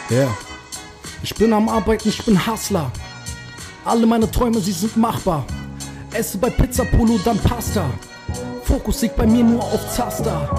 Yeah. Ich bin am Arbeiten, ich bin Hustler. Alle meine Träume, sie sind machbar. Esse bei Pizza Polo, dann Pasta. Fokus liegt bei mir nur auf Zaster.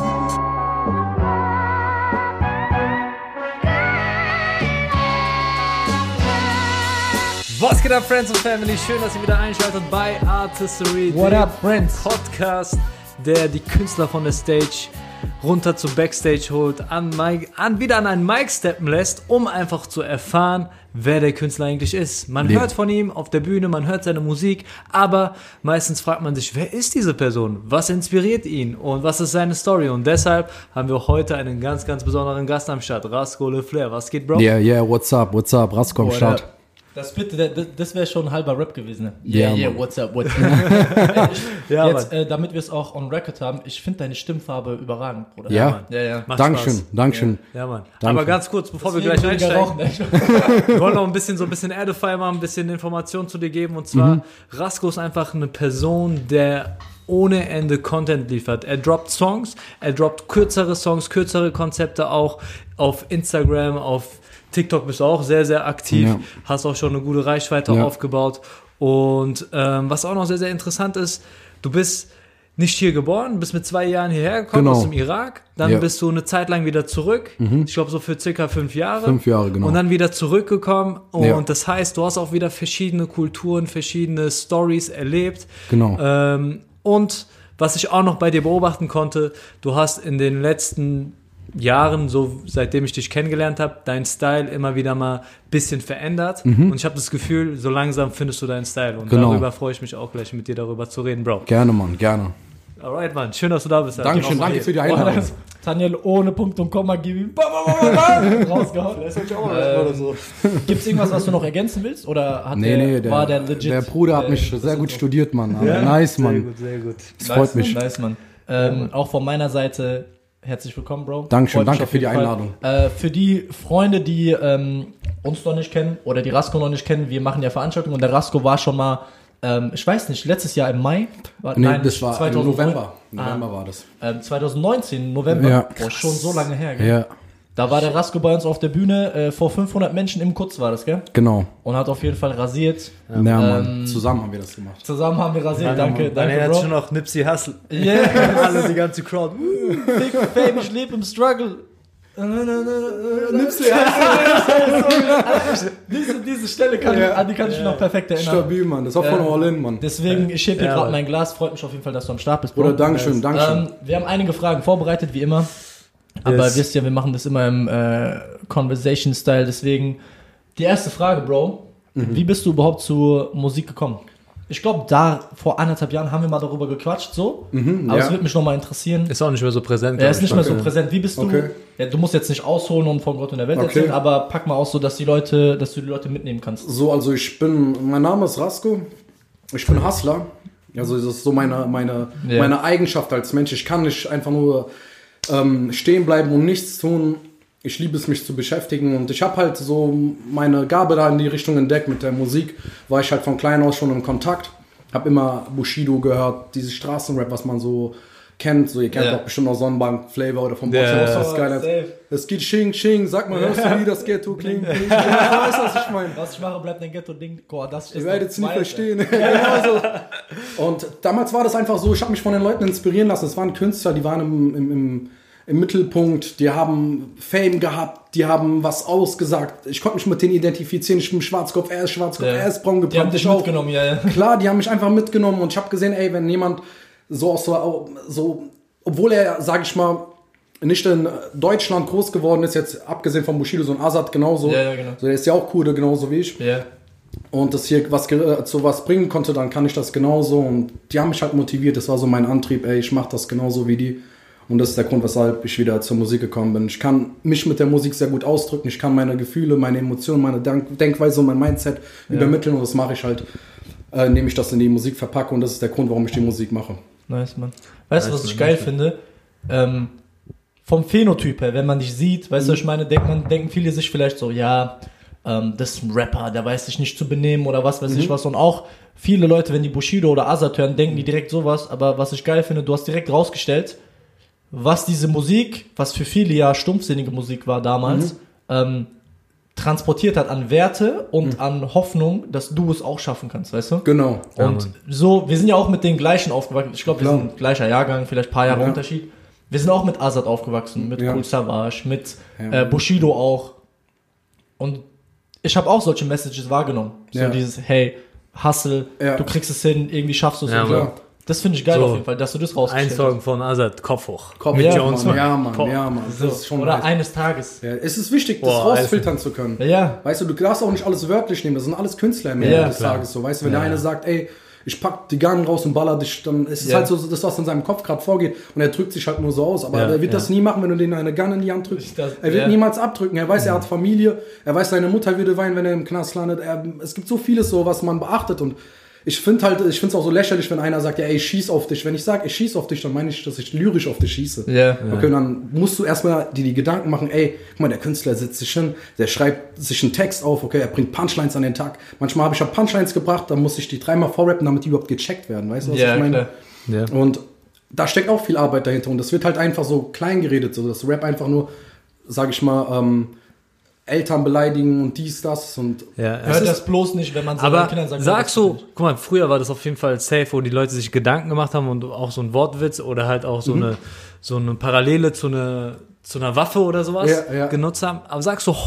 Was geht ab, Friends und Family? Schön, dass ihr wieder einschaltet bei Artistry, What up, Friends? Podcast, der die Künstler von der Stage runter zu Backstage holt, wieder an einen Mic steppen lässt, um einfach zu erfahren, wer der Künstler eigentlich ist. Man hört von ihm auf der Bühne, man hört seine Musik, aber meistens fragt man sich, wer ist diese Person? Was inspiriert ihn? Und was ist seine Story? Und deshalb haben wir heute einen ganz, ganz besonderen Gast am Start, Rasco Le Flair. Was geht, Bro? Yeah, what's up, Rasco am Start. Das wäre schon ein halber Rap gewesen. Ne? Yeah, what's up. Ja, jetzt, damit wir es auch on record haben, ich finde deine Stimmfarbe überragend, Bruder. Ja, ja. Dankeschön. Ja, Mann. Danke. Aber ganz kurz, bevor wir gleich einsteigen, wir wollen noch ein bisschen Erdefeuer machen, ein bisschen Informationen zu dir geben. Und zwar, Rasco ist einfach eine Person, der ohne Ende Content liefert. Er droppt Songs, er droppt kürzere Songs, kürzere Konzepte auch auf Instagram, auf TikTok bist du auch sehr, sehr aktiv, hast auch schon eine gute Reichweite aufgebaut. Und was auch noch sehr, sehr interessant ist, du bist nicht hier geboren, bist mit 2 Jahren hierher gekommen aus dem Irak, dann bist du eine Zeit lang wieder zurück, ich glaube so für circa 5 Jahre. 5 Jahre, genau. Und dann wieder zurückgekommen und das heißt, du hast auch wieder verschiedene Kulturen, verschiedene Stories erlebt. Genau. Und was ich auch noch bei dir beobachten konnte, du hast in den letzten Jahren, so seitdem ich dich kennengelernt habe, dein Style immer wieder mal ein bisschen verändert und ich habe das Gefühl, so langsam findest du deinen Style und darüber freue ich mich auch gleich mit dir darüber zu reden, Bro. Gerne, Mann, gerne. Alright, Mann, schön, dass du da bist. Dankeschön, danke für die Einladung. Daniel ohne Punkt und Komma gib ihm rausgehauen. Gibt's irgendwas, was du noch ergänzen willst? Oder war der legit? Der Bruder hat mich sehr gut studiert, Mann. Ja? Nice, Mann. Sehr gut. Das freut mich. Nice, Mann. Auch von meiner Seite herzlich willkommen, Bro. Dankeschön, danke für die Einladung. Für die Freunde, die uns noch nicht kennen oder die Rasco noch nicht kennen, wir machen ja Veranstaltungen und der Rasco war schon mal, ich weiß nicht, letztes Jahr im Mai? Nein, das war im November. November war das. 2019, November. Ja. Boah, schon so lange her, gell? Ja. Da war der Rasco bei uns auf der Bühne, vor 500 Menschen im Kutz war das, gell? Genau. Und hat auf jeden Fall rasiert. Ja, Mann. Zusammen haben wir das gemacht. Zusammen haben wir rasiert, danke, Bro. Bro. Schon noch Nipsey Hussle. Yeah. Alle, die ganze Crowd. Big Fame, ich lebe im Struggle. Nipsey Diese Stelle an die kann ich mich noch perfekt erinnern. Stabil, Mann. Das war von All-In, Mann. Deswegen, ich heb hier gerade mein Glas. Freut mich auf jeden Fall, dass du am Start bist, Bro. Oder Dankeschön. Wir haben einige Fragen vorbereitet, wie immer. Aber ihr wisst ja, wir machen das immer im Conversation-Style. Deswegen, die erste Frage, Bro. Wie bist du überhaupt zur Musik gekommen? Ich glaube, vor 1,5 Jahren haben wir mal darüber gequatscht, so. Aber es würde mich nochmal interessieren. Ist auch nicht mehr so präsent. Er ist nicht mehr so präsent. Wie bist du? Ja, du musst jetzt nicht ausholen und von Gott und der Welt erzählen, aber pack mal aus, so dass du die Leute mitnehmen kannst. So, also mein Name ist Rasco. Ich bin Hustler. Also das ist so meine Eigenschaft als Mensch. Ich kann nicht einfach nur stehen bleiben und nichts tun. Ich liebe es, mich zu beschäftigen und ich habe halt so meine Gabe da in die Richtung entdeckt. Mit der Musik war ich halt von klein aus schon im Kontakt. Habe immer Bushido gehört, dieses Straßenrap, was man so kennt. So, ihr kennt auch bestimmt noch Sonnenbank Flavor oder vom Boxhaus, was geil ist. Es geht Shing, Shing, sag mal, hörst du, wie das Ghetto klingt? Weißt du, was ich meine? Was ich mache, bleibt ein Ghetto-Ding. Ihr werdet es nie verstehen. Genau so. Und damals war das einfach so, ich habe mich von den Leuten inspirieren lassen. Es waren Künstler, die waren im Mittelpunkt, die haben Fame gehabt, die haben was ausgesagt. Ich konnte mich mit denen identifizieren. Ich bin Schwarzkopf, er ist Schwarzkopf, er ist braun gebrannt. Die haben dich mitgenommen, ja. Klar, die haben mich einfach mitgenommen und ich habe gesehen, ey, wenn jemand so, obwohl er, sag ich mal, nicht in Deutschland groß geworden ist, jetzt abgesehen von Bushido, so ein Azad genauso. Ja, genau. So, der ist ja auch cool, genauso wie ich. Ja. Und das hier zu was bringen konnte, dann kann ich das genauso. Und die haben mich halt motiviert. Das war so mein Antrieb, ey, ich mach das genauso wie die. Und das ist der Grund, weshalb ich wieder zur Musik gekommen bin. Ich kann mich mit der Musik sehr gut ausdrücken. Ich kann meine Gefühle, meine Emotionen, meine Denkweise und mein Mindset übermitteln. Und das mache ich halt, indem ich das in die Musik verpacke. Und das ist der Grund, warum ich die Musik mache. Nice, Mann. Weißt du, was ich geil finde? Vom Phänotyp her, wenn man dich sieht, weißt du, ich meine, denken viele sich vielleicht so, ja, das ist ein Rapper, der weiß sich nicht zu benehmen oder was weiß ich was. Und auch viele Leute, wenn die Bushido oder Azad hören, denken die direkt sowas. Aber was ich geil finde, du hast direkt rausgestellt, was diese Musik, was für viele ja stumpfsinnige Musik war damals, transportiert hat an Werte und an Hoffnung, dass du es auch schaffen kannst, weißt du? Genau. Und so, wir sind ja auch mit den gleichen aufgewachsen. Ich glaube, wir sind gleicher Jahrgang, vielleicht ein paar Jahre Unterschied. Wir sind auch mit Azad aufgewachsen, mit Kool Savas, mit Bushido auch. Und ich habe auch solche Messages wahrgenommen. So dieses, hey, Hustle, du kriegst es hin, irgendwie schaffst du es. Das finde ich geil auf jeden Fall, dass du das rausgestellt hast. Ein Song von Azad, Kopf hoch. Mit Jones, Mann. Ja, Mann. Das ist schon oder nice. Eines Tages. Ja, es ist wichtig, das rausfiltern zu können. Ja. Weißt du, du darfst auch nicht alles wörtlich nehmen. Das sind alles Künstler am Ende des Tages. So, weißt du, wenn der eine sagt, ey, ich pack die Gun raus und baller dich, dann ist es halt so, das, was in seinem Kopf gerade vorgeht. Und er drückt sich halt nur so aus. Aber er wird das nie machen, wenn du denen eine Gun in die Hand drückst. Er wird niemals abdrücken. Er weiß, er hat Familie. Er weiß, seine Mutter würde weinen, wenn er im Knast landet. Es gibt so vieles so, was man beachtet. Und ich finde es auch so lächerlich, wenn einer sagt, ja, ey, ich schieß auf dich. Wenn ich sage, ich schieß auf dich, dann meine ich, dass ich lyrisch auf dich schieße. Okay, dann musst du erstmal dir die Gedanken machen, ey, guck mal, der Künstler sitzt sich hin, der schreibt sich einen Text auf, okay, er bringt Punchlines an den Tag. Manchmal habe ich Punchlines gebracht, dann muss ich die 3-mal vorrappen, damit die überhaupt gecheckt werden. Weißt du, was ich meine? Ja. Und da steckt auch viel Arbeit dahinter. Und das wird halt einfach so klein geredet, so dass Rap einfach nur, sag ich mal, Eltern beleidigen und dies, das und hört das bloß nicht, wenn man seinen Kindern sagt. Sagst du, guck mal, früher war das auf jeden Fall safe, wo die Leute sich Gedanken gemacht haben und auch so ein Wortwitz oder halt auch so eine Parallele zu einer Waffe oder sowas genutzt haben. Aber sagst du,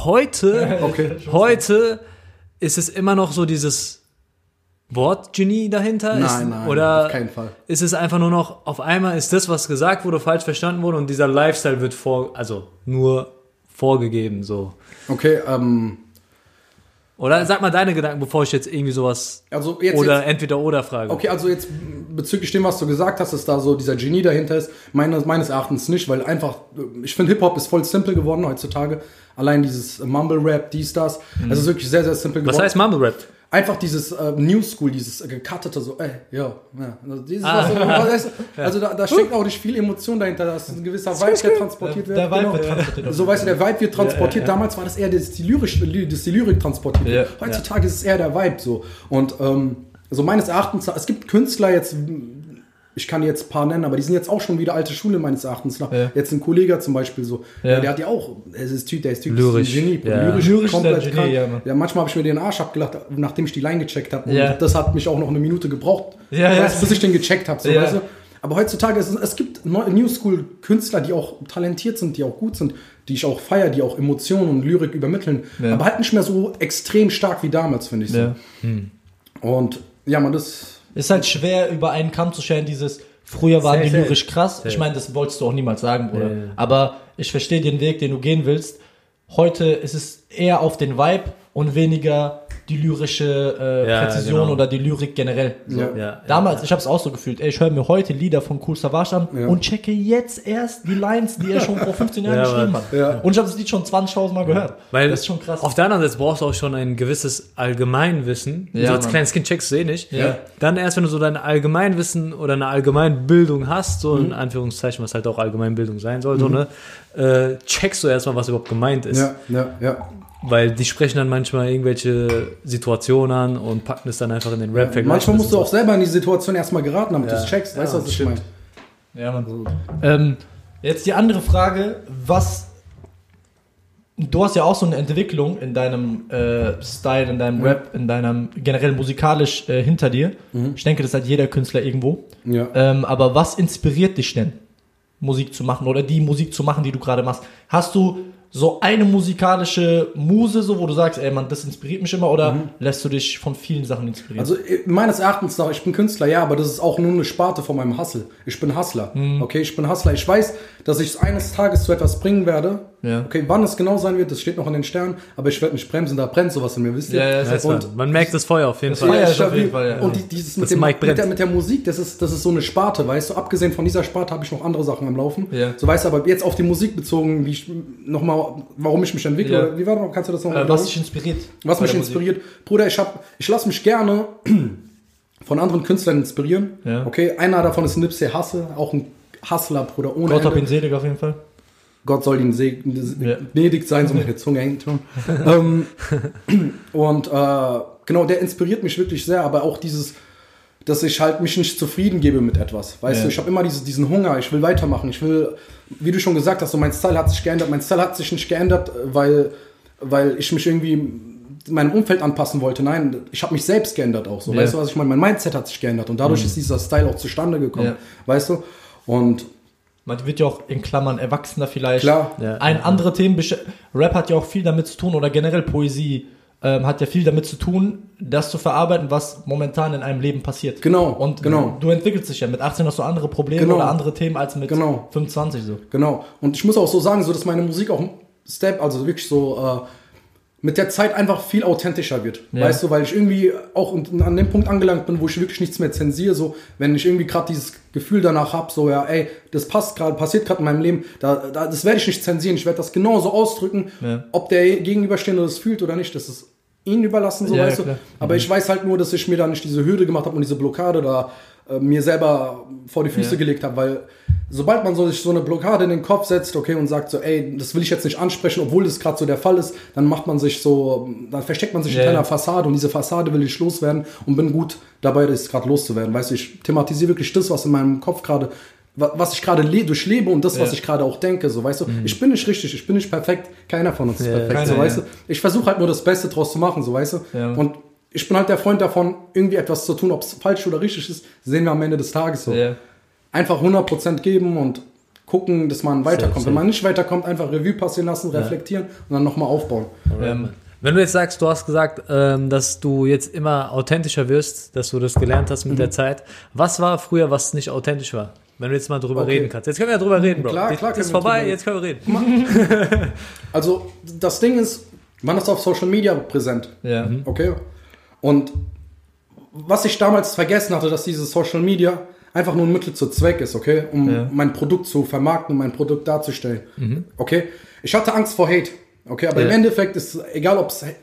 heute ist es immer noch so dieses Wortgenie dahinter? Nein, oder auf keinen Fall. Ist es einfach nur noch, auf einmal ist das, was gesagt wurde, falsch verstanden wurde und dieser Lifestyle wird nur vorgegeben, so. Okay, Oder sag mal deine Gedanken, bevor ich jetzt irgendwie sowas entweder oder frage. Okay, also jetzt bezüglich dem, was du gesagt hast, dass da so dieser Genie dahinter ist, meines Erachtens nicht, weil einfach, ich finde Hip-Hop ist voll simpel geworden heutzutage. Allein dieses Mumble-Rap, dies, das. Es ist wirklich sehr, sehr simpel geworden. Was heißt Mumble-Rap? Einfach dieses New School, dieses gekattete so, also da steckt auch nicht viel Emotion dahinter, da ist ein gewisser Vibe, der transportiert wird. Der Vibe wird transportiert. So, weißt du, der Vibe wird transportiert. Damals war das eher, dass die Lyrik transportiert wird. Heutzutage ist es eher der Vibe so. Und so meines Erachtens, es gibt Künstler jetzt, ich kann jetzt ein paar nennen, aber die sind jetzt auch schon wieder alte Schule meines Erachtens nach. Jetzt ein Kollege zum Beispiel so, der hat ja auch, der ist lyrisch. Genie, lyrisch komplett Genie, manchmal habe ich mir den Arsch abgelacht, nachdem ich die Line gecheckt habe. Und das hat mich auch noch eine Minute gebraucht, bis ich den gecheckt habe. So, weißt du? Aber heutzutage, es gibt New School Künstler, die auch talentiert sind, die auch gut sind, die ich auch feiere, die auch Emotionen und Lyrik übermitteln, aber halt nicht mehr so extrem stark wie damals, finde ich so. Und das ist halt schwer, über einen Kamm zu scheren, früher waren die lyrisch krass. Ich meine, das wolltest du auch niemals sagen, Bruder. Aber ich verstehe den Weg, den du gehen willst. Heute ist es eher auf den Vibe und weniger die lyrische Präzision oder die Lyrik generell. So. Damals, ich habe es auch so gefühlt, ich höre mir heute Lieder von Kool Savas an und checke jetzt erst die Lines, die er schon vor 15 Jahren geschrieben hat. Und ich habe das Lied schon 20.000 Mal gehört. Weil das ist schon krass. Auf der anderen Seite brauchst du auch schon ein gewisses Allgemeinwissen. So als kleines Kind checkst du nicht. Dann erst, wenn du so dein Allgemeinwissen oder eine Allgemeinbildung hast, so in Anführungszeichen, was halt auch Allgemeinbildung sein soll, so, checkst du erstmal, was überhaupt gemeint ist. Weil die sprechen dann manchmal irgendwelche Situationen an und packen es dann einfach in den Rap. Manchmal musst du auch selber in die Situation erstmal geraten, damit du es checkst. Weißt du, was ich meine? Ja, Mann. Jetzt die andere Frage, du hast ja auch so eine Entwicklung in deinem Style, in deinem Rap, in deinem generell musikalisch hinter dir. Ich denke, das hat jeder Künstler irgendwo. Aber was inspiriert dich denn, Musik zu machen oder die Musik zu machen, die du gerade machst? Hast du so eine musikalische Muse, so wo du sagst, ey Mann, das inspiriert mich immer, oder lässt du dich von vielen Sachen inspirieren? Also meines Erachtens nach, ich bin Künstler, ja, aber das ist auch nur eine Sparte von meinem Hustle. Ich bin Hustler, okay, ich bin Hustler. Ich weiß, dass ich es eines Tages zu etwas bringen werde. Okay, wann es genau sein wird, das steht noch in den Sternen, aber ich werde nicht bremsen, da brennt sowas in mir, wisst ihr? Und man merkt das Feuer auf jeden Fall. Feuer ist auf jeden Fall, Und dieses mit der Musik, das ist so eine Sparte, weißt du? Abgesehen von dieser Sparte habe ich noch andere Sachen am Laufen. So, weißt du, aber jetzt auf die Musik bezogen, warum ich mich entwickle. Wie war das? Kannst du das nochmal? Was dich inspiriert? Was mich inspiriert? Bruder, ich lasse mich gerne von anderen Künstlern inspirieren. Okay, einer davon ist Nipsey Hussle, auch ein Hustler, Bruder, ohne Gott hab ihn selig auf jeden Fall. Gott soll ihm gnädig sein, so mit der Zunge hängt schon. Und genau, der inspiriert mich wirklich sehr, aber auch dass ich halt mich nicht zufrieden gebe mit etwas. Weißt du, ich habe immer diesen Hunger, ich will weitermachen, wie du schon gesagt hast, so mein Style hat sich geändert. Mein Style hat sich nicht geändert, weil weil ich mich irgendwie meinem Umfeld anpassen wollte. Nein, ich habe mich selbst geändert auch so. Weißt du, was ich meine? Mein Mindset hat sich geändert und dadurch ist dieser Style auch zustande gekommen. Weißt du? Und man wird ja auch in Klammern erwachsener vielleicht. Klar. Andere Themen, Rap hat ja auch viel damit zu tun oder generell Poesie hat ja viel damit zu tun, das zu verarbeiten, was momentan in einem Leben passiert. Genau. Du entwickelst dich ja. Mit 18 hast du andere Probleme oder andere Themen als mit 25 so. Genau. Und ich muss auch so sagen, so dass meine Musik auch also wirklich so mit der Zeit einfach viel authentischer wird. Weißt du, weil ich irgendwie auch an dem Punkt angelangt bin, wo ich wirklich nichts mehr zensiere. So, wenn ich irgendwie gerade dieses Gefühl danach habe, so ja, ey, das passiert gerade in meinem Leben, das werde ich nicht zensieren. Ich werde das genauso ausdrücken, ob der Gegenüberstehende das fühlt oder nicht. Das ist ihn überlassen, so weißt du. Aber ich weiß halt nur, dass ich mir da nicht diese Hürde gemacht habe und diese Blockade da mir selber vor die Füße gelegt habe, weil sobald man sich so eine Blockade in den Kopf setzt, okay, und sagt so, ey, das will ich jetzt nicht ansprechen, obwohl das gerade so der Fall ist, dann versteckt man sich hinter einer Fassade und diese Fassade will ich loswerden und bin gut dabei, das gerade loszuwerden. Weißt du, ich thematisiere wirklich das, was in meinem Kopf gerade, was ich gerade durchlebe und das, was ich gerade auch denke, so, weißt du, ich bin nicht richtig, ich bin nicht perfekt, keiner von uns ist perfekt, so, weißt du, ich versuche halt nur das Beste draus zu machen, so, weißt du, und ich bin halt der Freund davon, irgendwie etwas zu tun, ob es falsch oder richtig ist, sehen wir am Ende des Tages so. Einfach 100% geben und gucken, dass man weiterkommt. Wenn man nicht weiterkommt, einfach Revue passieren lassen, reflektieren und dann nochmal aufbauen. Wenn du jetzt sagst, du hast gesagt, dass du jetzt immer authentischer wirst, dass du das gelernt hast mit der Zeit. Was war früher, was nicht authentisch war? Wenn du jetzt mal drüber reden kannst. Jetzt können wir ja drüber reden, Bro. Klar, das ist vorbei, jetzt können wir reden. Also, das Ding ist, man ist auf Social Media präsent. Okay? Und was ich damals vergessen hatte, dass dieses Social Media einfach nur ein Mittel zu Zweck ist, okay? Um mein Produkt zu vermarkten, um mein Produkt darzustellen. Okay? Ich hatte Angst vor Hate. Okay? Aber im Endeffekt ist es egal, ob es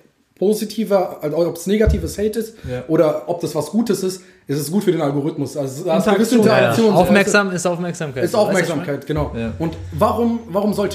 ob es negatives Hate ist oder ob das was Gutes ist es gut für den Algorithmus. Also Interaktion. Ist Aufmerksamkeit. Ist Aufmerksamkeit, genau. Und warum sollte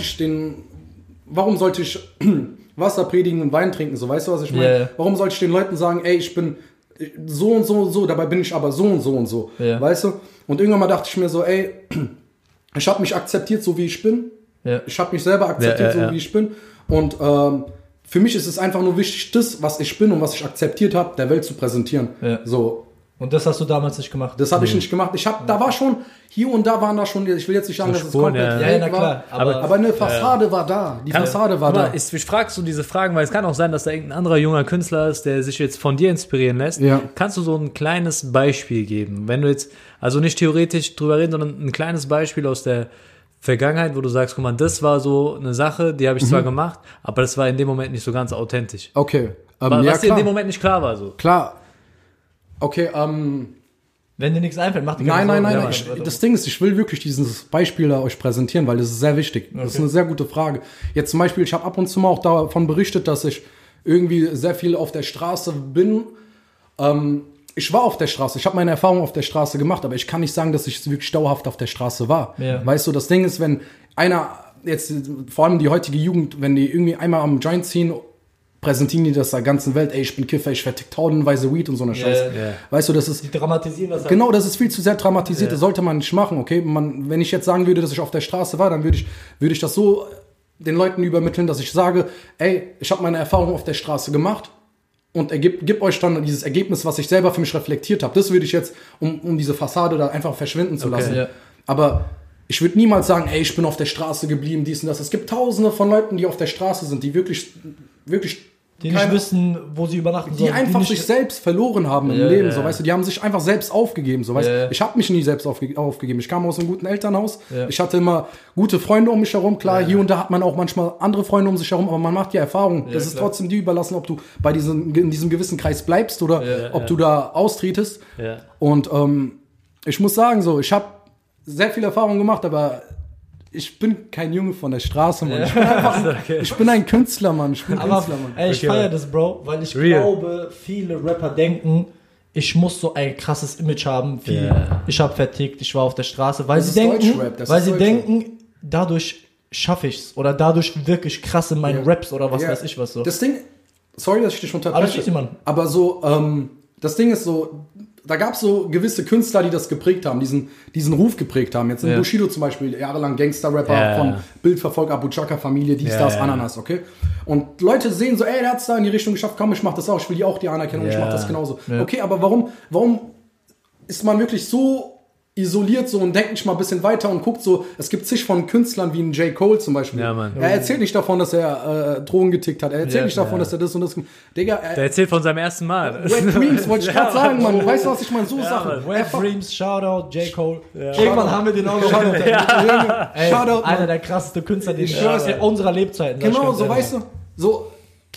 ich Wasser predigen und Wein trinken, so, weißt du, was ich meine? Warum sollte ich den Leuten sagen, ey, ich bin so und so und so, dabei bin ich aber so und so und so, weißt du? Und irgendwann mal dachte ich mir so, ey, ich habe mich akzeptiert, so wie ich bin. Ich habe mich selber akzeptiert, so wie ich bin. Und für mich ist es einfach nur wichtig, das, was ich bin und was ich akzeptiert habe, der Welt zu präsentieren. So. Und das hast du damals nicht gemacht? Das habe ich nicht gemacht. Da war schon, hier und da waren da schon, ich will jetzt nicht sagen, dass es komplett na klar. Aber eine Fassade war da. Die Fassade war da. Ich frage so diese Fragen, weil es kann auch sein, dass da irgendein anderer junger Künstler ist, der sich jetzt von dir inspirieren lässt. Kannst du so ein kleines Beispiel geben? Wenn du jetzt, also nicht theoretisch drüber reden, sondern ein kleines Beispiel aus der Vergangenheit, wo du sagst, guck mal, das war so eine Sache, die habe ich zwar gemacht, aber das war in dem Moment nicht so ganz authentisch. Okay. Was dir in dem Moment nicht klar war, so. Klar. Okay, wenn dir nichts einfällt, mach dir keine Nein. Das Ding ist, ich will wirklich dieses Beispiel da euch präsentieren, weil das ist sehr wichtig. Das ist eine sehr gute Frage. Jetzt zum Beispiel, ich habe ab und zu mal auch davon berichtet, dass ich irgendwie sehr viel auf der Straße bin. Ich war auf der Straße, ich habe meine Erfahrung auf der Straße gemacht, aber ich kann nicht sagen, dass ich wirklich dauerhaft auf der Straße war. Weißt du, das Ding ist, wenn einer, jetzt vor allem die heutige Jugend, wenn die irgendwie einmal am Joint ziehen, präsentieren die das der ganzen Welt, ey, ich bin Kiffer, ich vertick tausendenweise Weed und so eine Scheiße. Weißt du, das ist... Die dramatisieren das halt. Genau, das ist viel zu sehr dramatisiert, das sollte man nicht machen, okay? Wenn ich jetzt sagen würde, dass ich auf der Straße war, dann würde ich das so den Leuten übermitteln, dass ich sage, ey, ich habe meine Erfahrung auf der Straße gemacht und gib euch dann dieses Ergebnis, was ich selber für mich reflektiert habe. Das würde ich jetzt, um diese Fassade da einfach verschwinden zu lassen. Aber ich würde niemals sagen, ey, ich bin auf der Straße geblieben, dies und das. Es gibt tausende von Leuten, die auf der Straße sind, die wirklich die nicht wissen, wo sie übernachten sollen. Die einfach sich selbst verloren haben im Leben, so, weißt du, die haben sich einfach selbst aufgegeben, so, weißt du. Ich habe mich nie selbst aufgegeben. Ich kam aus einem guten Elternhaus. Ich hatte immer gute Freunde um mich herum. Klar, hier und da hat man auch manchmal andere Freunde um sich herum, aber man macht die Erfahrung. Das ist trotzdem dir überlassen, ob du in diesem gewissen Kreis bleibst oder ob du da austretest. Und ich muss sagen, so, ich habe sehr viel Erfahrung gemacht, aber ich bin kein Junge von der Straße, Mann. Ich bin ein Künstler, Mann. Ey, ich feiere das, Bro, weil ich glaube, viele Rapper denken, ich muss so ein krasses Image haben, wie ich habe vertickt, ich war auf der Straße, weil sie denken, dadurch schaffe ich's oder dadurch wirklich krass in meinen Raps oder was weiß ich was so. Das Ding, sorry, dass ich dich unterbreche, aber so, das Ding ist so, da gab es so gewisse Künstler, die das geprägt haben, diesen Ruf geprägt haben. Jetzt in Bushido zum Beispiel, jahrelang Gangster-Rapper von Bildverfolg, Abu Chaka-Familie, dies, das, Ananas, okay? Und Leute sehen so, ey, der hat es da in die Richtung geschafft, komm, ich mach das auch, ich will die auch die Anerkennung, ich mach das genauso. Ja. Okay, aber warum ist man wirklich so isoliert so und denkt nicht mal ein bisschen weiter und guckt so, es gibt zig von Künstlern wie ein J. Cole zum Beispiel. Ja, Mann. Er erzählt nicht davon, dass er Drogen getickt hat. Er erzählt nicht davon, dass er das und das... Digga, der erzählt von seinem ersten Mal. Wet Dreams, wollte ich gerade sagen, Mann. Weißt du, was ich meine? So Sachen. Wet Dreams, Shoutout, J. Cole. Irgendwann haben wir den auch noch. Shoutout, einer der krassesten Künstler, den ich unserer Lebzeiten. Genau, so weißt du. So,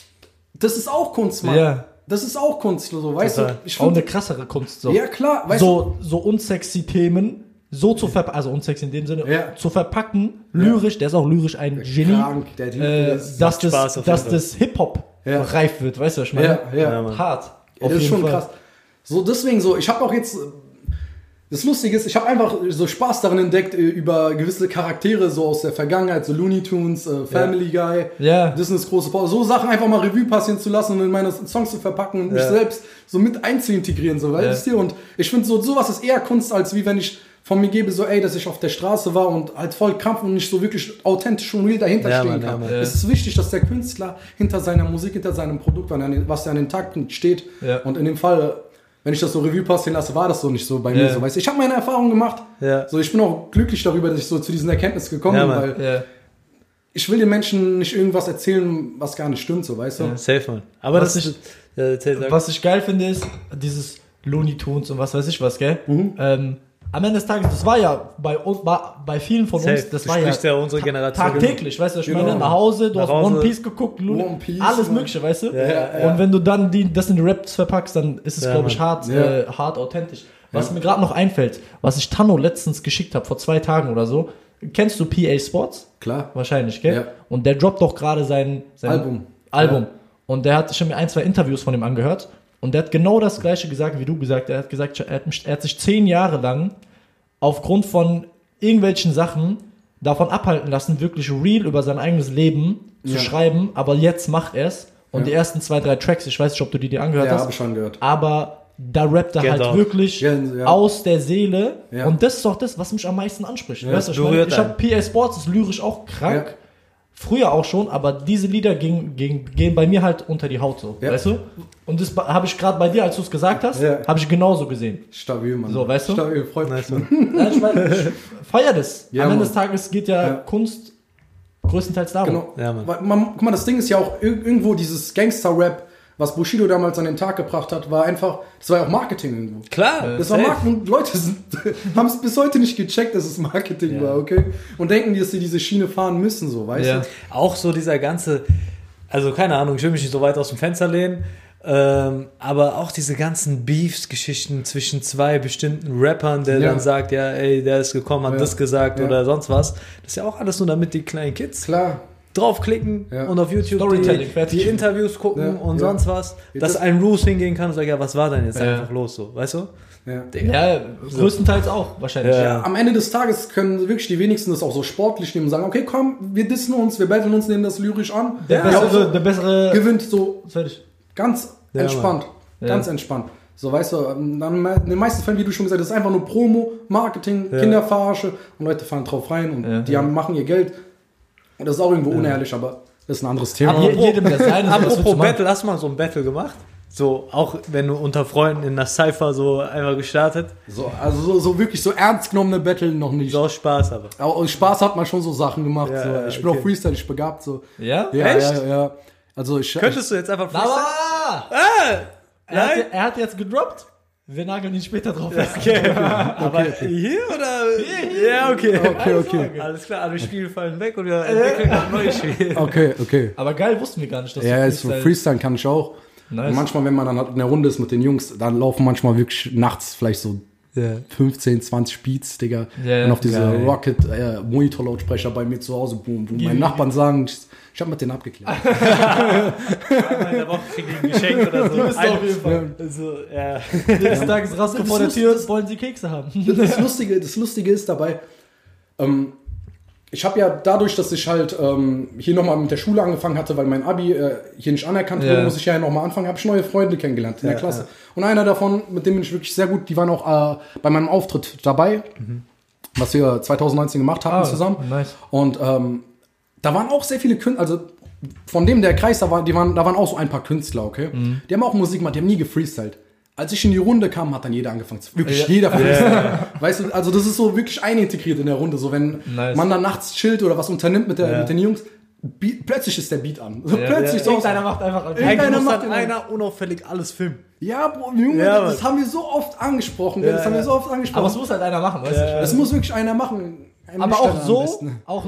das ist auch Kunst, Mann. Ja. Das ist auch Kunst, so, weißt du? Ich auch eine krassere Kunst, so. Ja, klar. Weißt du? So unsexy Themen, so zu verpacken, also unsexy in dem Sinne, zu verpacken, lyrisch, der ist auch lyrisch ein Genie. Krank, dass das Hip-Hop reif wird, weißt du, was ich meine? Ja. Hart. Das ist schon krass. So, deswegen so, ich habe auch jetzt... Das Lustige ist, ich habe einfach so Spaß darin entdeckt, über gewisse Charaktere so aus der Vergangenheit, so Looney Tunes, Family Guy, Disney's große Pause, so Sachen einfach mal Revue passieren zu lassen und in meine Songs zu verpacken und mich selbst so mit einzuintegrieren, so, weißt du? Und ich finde, sowas ist eher Kunst, als wie wenn ich von mir gebe, so, ey, dass ich auf der Straße war und halt voll Kampf und nicht so wirklich authentisch und real dahinter stehen kann. Es ist wichtig, dass der Künstler hinter seiner Musik, hinter seinem Produkt, was er an den Tag bringt, steht. Und in dem Fall... Wenn ich das so Revue passieren lasse, war das so nicht so bei mir. So, weißt du, ich habe meine Erfahrungen gemacht. So, ich bin auch glücklich darüber, dass ich so zu diesen Erkenntnissen gekommen bin, weil ich will den Menschen nicht irgendwas erzählen, was gar nicht stimmt, so, weißt du? Safe, man. Aber was ich geil finde, ist dieses Looney Tunes und was weiß ich was, gell? Am Ende des Tages, das war ja bei vielen von uns, das war ja unsere Generation. Tagtäglich, weißt du, ich meine, nach Hause, du hast One Piece geguckt, alles Mögliche, weißt du? Und wenn du dann das in die Raps verpackst, dann ist es, glaube ich, hart authentisch. Was mir gerade noch einfällt, was ich Tano letztens geschickt habe, vor 2 Tagen oder so, kennst du PA Sports? Klar. Wahrscheinlich, gell? Ja. Und der droppt doch gerade sein Album. Ja. Und ich habe mir 1, 2 Interviews von ihm angehört. Und der hat genau das Gleiche gesagt, wie du gesagt hast. Er hat gesagt, er hat sich 10 Jahre lang aufgrund von irgendwelchen Sachen davon abhalten lassen, wirklich real über sein eigenes Leben zu schreiben. Aber jetzt macht er es. Und die ersten 2, 3 Tracks, ich weiß nicht, ob du die angehört hast. Ja, habe ich schon gehört. Aber da rappt er halt wirklich aus der Seele. Ja. Und das ist doch das, was mich am meisten anspricht. Ja, weißt du, ich habe PA Sports, ist lyrisch auch krank. Ja. Früher auch schon, aber diese Lieder gehen bei mir halt unter die Haut so, weißt du? Und das habe ich gerade bei dir, als du es gesagt hast, habe ich genauso gesehen. Stabil, Mann. So, weißt du? Stabil, freut mich. Ja, ich feier das. Am Ende des Tages geht Kunst größtenteils darum. Genau. Ja, Mann. Guck mal, das Ding ist ja auch irgendwo dieses Gangster-Rap, was Bushido damals an den Tag gebracht hat, war einfach, das war ja auch Marketing irgendwo. Klar. Das war Marketing und Leute haben es bis heute nicht gecheckt, dass es Marketing war, okay? Und denken, dass sie diese Schiene fahren müssen, so, weißt du? Auch so dieser ganze, also keine Ahnung, ich will mich nicht so weit aus dem Fenster lehnen, aber auch diese ganzen Beefs-Geschichten zwischen 2 bestimmten Rappern, der dann sagt, ja, ey, der ist gekommen, hat das gesagt oder sonst was. Das ist ja auch alles nur, damit die kleinen Kids draufklicken und auf YouTube die Interviews gucken und sonst was, dass ein Roos hingehen kann und sagt, ja, was war denn jetzt einfach los, so, weißt du? Ja, größtenteils auch, wahrscheinlich. Ja. Am Ende des Tages können wirklich die wenigsten das auch so sportlich nehmen und sagen, okay, komm, wir dissen uns, wir battlen uns, nehmen das lyrisch an. Der bessere gewinnt so ganz entspannt, ganz entspannt. So, weißt du, dann in den meisten Fällen, wie du schon gesagt hast, ist einfach nur Promo, Marketing, Kinderverarsche und Leute fallen drauf rein und die machen ihr Geld. Und das ist auch irgendwo unehrlich, aber das ist ein anderes Thema. Apropos Battle, hast du mal so ein Battle gemacht? So, auch wenn du unter Freunden in der Cypher so einfach gestartet? So wirklich so ernst genommene Battle noch nicht. So Spaß aber. Aber Spaß hat man schon so Sachen gemacht. Ja, so. Ich bin auch freestylisch begabt. So. Ja? Echt? Ja. Also Könntest du jetzt einfach freestylen? Er hat jetzt gedroppt. Wir nageln ihn später drauf. Okay. Aber hier oder? Hier. Ja, okay. Alles klar, alle Spiele fallen weg und wir entwickeln ein neues Spiel. Okay. Aber geil, wussten wir gar nicht, dass du Freestyle kann ich auch. Nice. Und manchmal, wenn man dann halt in der Runde ist mit den Jungs, dann laufen manchmal wirklich nachts vielleicht so 15, 20 Beats, Digga. Und auf diese Rocket Monitor-Lautsprecher bei mir zu Hause, boom, boom. Meine Nachbarn sagen, ich habe mit denen abgeklärt. Einmal in der Woche kriegen die ein Geschenk oder so. Du bist auf jeden Fall. Jedes Tages raus vor der Tür, wollen sie Kekse haben. Das Lustige ist dabei, ich habe ja dadurch, dass ich halt hier nochmal mit der Schule angefangen hatte, weil mein Abi hier nicht anerkannt wurde, muss ich ja nochmal anfangen, habe ich neue Freunde kennengelernt in der Klasse. Ja. Und einer davon, mit dem bin ich wirklich sehr gut, die waren auch bei meinem Auftritt dabei, was wir 2019 gemacht hatten zusammen. Nice. Und da waren auch sehr viele Künstler, also von dem der Kreis, da waren auch so ein paar Künstler, okay? Die haben auch Musik gemacht, die haben nie gefreestylt. Als ich in die Runde kam, hat dann jeder angefangen zu jeder freestylen. Weißt du, also das ist so wirklich einintegriert in der Runde, so wenn man dann nachts chillt oder was unternimmt mit den Jungs, plötzlich ist der Beat an. So plötzlich so. Irgendeiner macht einfach einer unauffällig alles filmen. Ja, Bro, Junge, das haben wir so oft angesprochen. Das haben wir so oft angesprochen. Aber es muss halt einer machen, weißt du? Das muss wirklich einer machen. Aber auch so,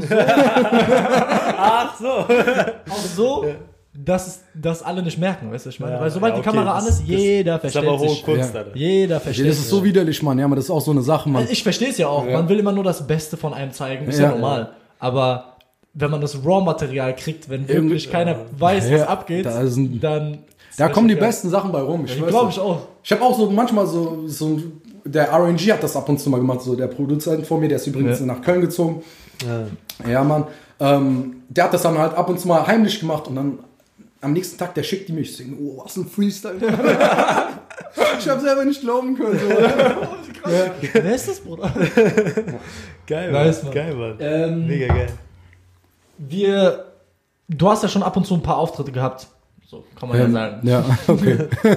dass alle nicht merken, weißt du, ich meine? Weil sobald die Kamera an ist, jeder versteht sich. Das ist aber hohe Kunst, Alter. Jeder versteht sich. Das ist so widerlich, Mann. Ja, aber das ist auch so eine Sache, Mann. Ich verstehe es ja auch. Man will immer nur das Beste von einem zeigen. Ist ja normal. Aber wenn man das Raw-Material kriegt, wenn wirklich keiner weiß, was abgeht, dann... Da kommen die besten Sachen bei rum. Ich glaube ich auch. Ich habe auch so manchmal so der RNG hat das ab und zu mal gemacht, so der Produzent vor mir, der ist übrigens nach Köln gezogen. Ja, Mann. Der hat das dann halt ab und zu mal heimlich gemacht und dann am nächsten Tag, der schickt die mich, singen, oh, was ein Freestyle. Ich habe selber nicht glauben können. So. Wer ist das, Bruder? Geil, nice, Mann. Geil, Mann. Mega geil. Du hast ja schon ab und zu ein paar Auftritte gehabt. So kann man ja sagen. Ja, okay.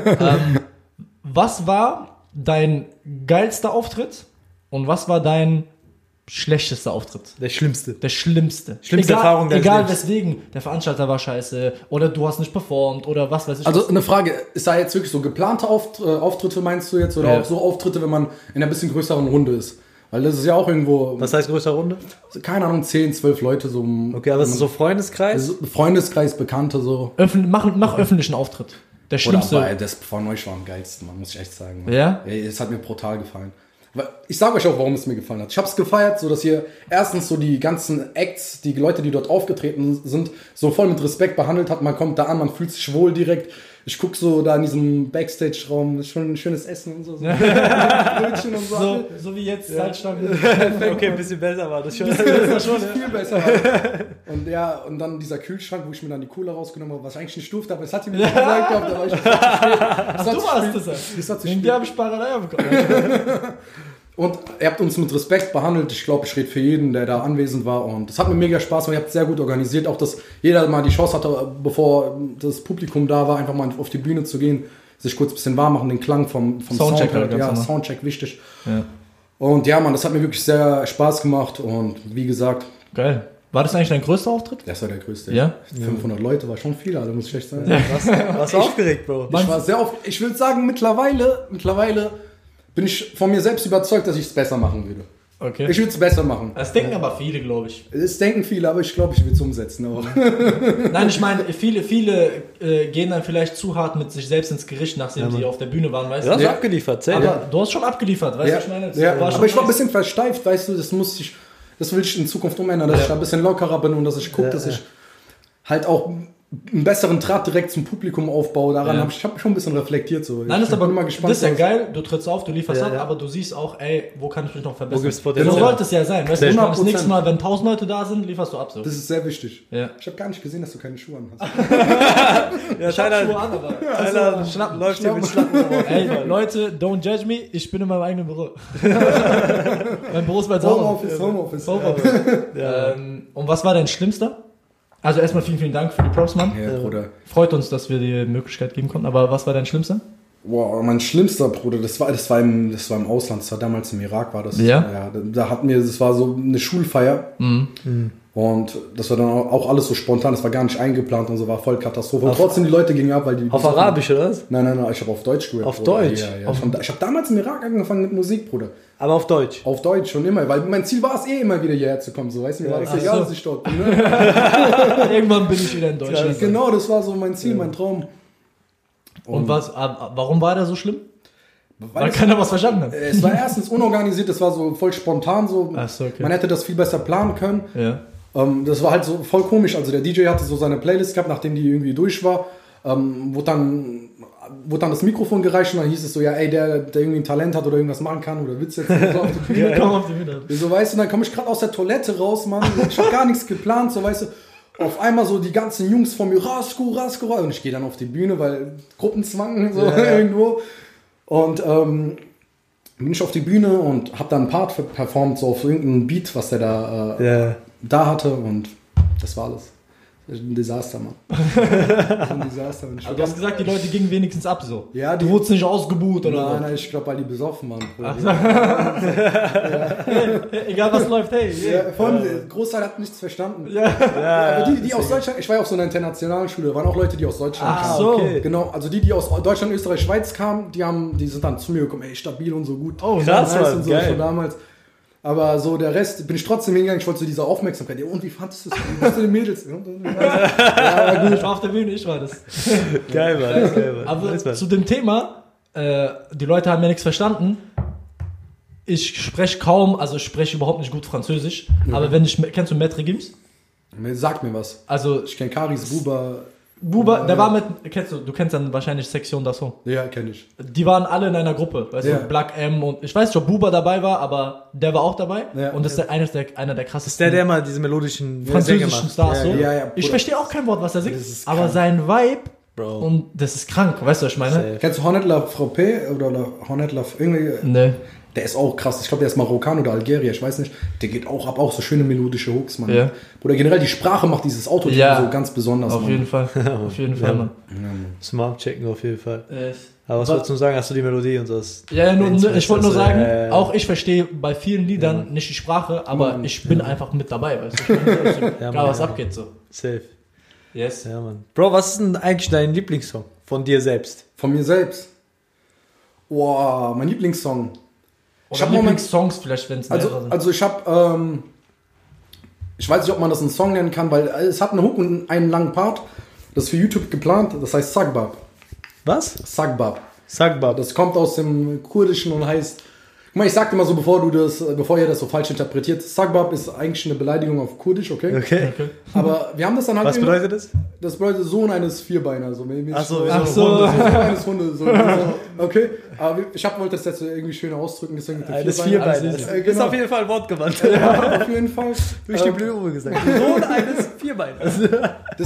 Was war dein geilster Auftritt und was war dein schlechtester Auftritt? Der schlimmste. Schlimmste Erfahrung deines Lebens. Egal weswegen. Der Veranstalter war scheiße oder du hast nicht performt oder was weiß ich. Also eine Frage, ist da jetzt wirklich so geplante Auftritte meinst du jetzt oder auch so Auftritte, wenn man in einer bisschen größeren Runde ist? Weil das ist ja auch irgendwo... Was heißt größere Runde? Keine Ahnung, 10, 12 Leute so. Okay, aber das ist so Freundeskreis? Also Freundeskreis, Bekannte so. Mach öffentlichen Auftritt. Der schlimmste. Oder das von euch war am geilsten, man muss ich echt sagen. Man. Ja? Es hat mir brutal gefallen. Ich sage euch auch, warum es mir gefallen hat. Ich habe es gefeiert, so dass ihr erstens so die ganzen Acts, die Leute, die dort aufgetreten sind, so voll mit Respekt behandelt hat. Man kommt da an, man fühlt sich wohl direkt. Ich gucke so da in diesem Backstage-Raum, schon ein schönes Essen und so. Brötchen und so. So wie jetzt, Salzstangen. Okay, ein bisschen besser war das schon. Das schon viel besser. Und dann dieser Kühlschrank, wo ich mir dann die Cola rausgenommen habe, was ich eigentlich nicht durfte, aber es hat ihm nicht gesagt gehabt, da war ich Du warst das. Den habe ich Parallel bekommen. Und ihr habt uns mit Respekt behandelt. Ich glaube, ich rede für jeden, der da anwesend war. Und es hat mir mega Spaß gemacht. Ihr habt sehr gut organisiert. Auch, dass jeder mal die Chance hatte, bevor das Publikum da war, einfach mal auf die Bühne zu gehen, sich kurz ein bisschen warm machen, den Klang vom Soundcheck. Soundcheck wichtig. Ja. Und ja, Mann, das hat mir wirklich sehr Spaß gemacht. Und wie gesagt... Geil. War das eigentlich dein größter Auftritt? Das war der größte. Ja? 500 Leute war schon viel, also muss ich echt sagen. Warst du aufgeregt, Bro? Ich war sehr aufgeregt. Ich würde sagen, mittlerweile bin ich von mir selbst überzeugt, dass ich es besser machen würde. Okay. Ich würde es besser machen. Das denken aber viele, glaube ich. Das denken viele, aber ich glaube, ich würde es umsetzen auch. Nein, ich meine, viele gehen dann vielleicht zu hart mit sich selbst ins Gericht, nachdem sie auf der Bühne waren, weißt du? Du hast abgeliefert, aber du hast schon abgeliefert, weißt du, ich meine? Aber ich war ein bisschen versteift, weißt du, das will ich in Zukunft umändern, dass ich da ein bisschen lockerer bin und dass ich gucke, dass ich halt auch einen besseren Draht direkt zum Publikum aufbaue. Daran habe ich schon ein bisschen reflektiert. So. Nein, das ist aber immer gespannt. Das ist ja geil, du trittst auf, du lieferst ab, aber du siehst auch, wo kann ich mich noch verbessern? So sollte es ja sein. Weißt du, das nächste Mal, wenn 1000 Leute da sind, lieferst du ab. So. Das ist sehr wichtig. Ja. Ich habe gar nicht gesehen, dass du keine Schuhe an hast. Ich hab Schuhe an, aber Schlappen. Läuft hier mit Schlappen. Ey, Leute, don't judge me, ich bin in meinem eigenen Büro. Mein Büro ist bei Homeoffice. Und was war dein Schlimmster? Also erstmal vielen Dank für die Props, Mann. Ja, Bruder. Freut uns, dass wir dir die Möglichkeit geben konnten. Aber was war dein Schlimmster? Wow, mein schlimmster, Bruder, das war im Ausland. Das war damals im Irak, war das. Ja? Das war so eine Schulfeier. Und das war dann auch alles so spontan. Das war gar nicht eingeplant und so, war voll Katastrophe. Und trotzdem die Leute gingen ab, weil die... Auf Arabisch, oder was? Nein, ich habe auf Deutsch gehört. Auf Deutsch? Ja. Ich habe damals im Irak angefangen mit Musik, Bruder. Aber auf Deutsch? Auf Deutsch, schon immer. Weil mein Ziel war es immer wieder hierher zu kommen. So, weißt du, mir war das egal, dass ich dort bin. Ne? Irgendwann bin ich wieder in Deutschland. Genau, das war so mein Ziel, mein Traum. Und warum war der so schlimm? Weil keiner was verstanden hat. Es war erstens unorganisiert, das war so voll spontan. So. Ach so, okay. Man hätte das viel besser planen können. Ja. Das war halt so voll komisch. Also der DJ hatte so seine Playlist gehabt, nachdem die irgendwie durch war. Wurde dann wurde dann das Mikrofon gereicht und dann hieß es so, ja, ey, der irgendwie ein Talent hat oder irgendwas machen kann oder Witz jetzt so auf die Bühne. Komm auf die Bühne. So, weißt du, dann komme ich gerade aus der Toilette raus, Mann. Ich habe gar nichts geplant, so, weißt du. Auf einmal so die ganzen Jungs von mir, Rasko. Und ich gehe dann auf die Bühne, weil Gruppenzwang so irgendwo. Und bin ich auf die Bühne und habe dann einen Part performt, so auf irgendeinen Beat, was der da hatte. Und das war alles. Ein Desaster, Mann. Ein Desaster. Aber du hast gesagt, die Leute gingen wenigstens ab so. Ja, du wurdest nicht ausgebucht oder? Nein, ich glaube, weil die besoffen waren. Egal was läuft, hey. Vor allem, der Großteil hat nichts verstanden. Aber die aus Deutschland, ich war ja auf so einer internationalen Schule, da waren auch Leute, die aus Deutschland kamen. So. Okay. Genau, also die aus Deutschland, Österreich, Schweiz kamen, die sind dann zu mir gekommen, ey, stabil und so gut. Oh, krass, nice und so, schon damals. Aber so der Rest, bin ich trotzdem hingegangen, ich wollte so diese Aufmerksamkeit. Ja, und wie fandest du das? Wie bist du den Mädels? Ja, gut, ich war auf der Bühne, ich war das. Geil, Mann. Aber zu dem Thema, die Leute haben ja nichts verstanden. Ich spreche kaum, also ich spreche überhaupt nicht gut Französisch. Aber kennst du Maître Gims? Sag mir was. Also, ich kenne Karis, Buba, der war du kennst dann wahrscheinlich Section d'Assaut. Ja, kenne ich. Die waren alle in einer Gruppe, weißt du, Black M und ich weiß nicht, ob Buba dabei war, aber der war auch dabei. Ja, und das ist einer der krassesten. Ist der mal diese melodischen französischen Stars so. Ja, ich verstehe auch kein Wort, was er singt, aber sein Vibe, Bro. Und das ist krank, weißt du, was ich meine? Safe. Kennst du Hornet La Frappé oder Hornet La irgendwie? Nee. Der ist auch krass. Ich glaube, der ist Marokkan oder Algerier, ich weiß nicht. Der geht auch ab, auch so schöne melodische Hooks, Mann. Ja. Oder generell die Sprache macht dieses Auto so ganz besonders, Auf jeden Fall. Auf jeden Fall, Mann. Muss mal abchecken, auf jeden Fall. Aber was wolltest du sagen? Hast du die Melodie und das? Ja, ich wollte nur sagen, auch ich verstehe bei vielen Liedern nicht die Sprache, aber ich bin einfach mit dabei, weißt du? Egal, was abgeht so. Safe. Yes. Ja, Mann. Bro, was ist denn eigentlich dein Lieblingssong von dir selbst? Von mir selbst? Wow, mein Lieblingssong. Oder Lieblingssongs vielleicht, wenn es mehrere sind. Also ich habe, ich weiß nicht, ob man das einen Song nennen kann, weil es hat einen Hook und einen langen Part. Das ist für YouTube geplant, das heißt Sagbab. Was? Sagbab. Sagbab. Das kommt aus dem Kurdischen und heißt, guck mal, ich sag dir mal so, bevor ihr das so falsch interpretiert, Sagbab ist eigentlich eine Beleidigung auf Kurdisch, okay? Okay. Aber wir haben das dann halt... Was bedeutet das? Das bedeutet Sohn eines Vierbeiner. So. Ach so. Sohn eines Hundes. So. Okay, aber ich wollte das jetzt irgendwie schöner ausdrücken, deswegen mit dem Vierbeiner. Genau. Ist auf jeden Fall Wortgewandt. Ja, auf jeden Fall. Durch die Blöre gesagt. Sohn eines Vierbeiners. Das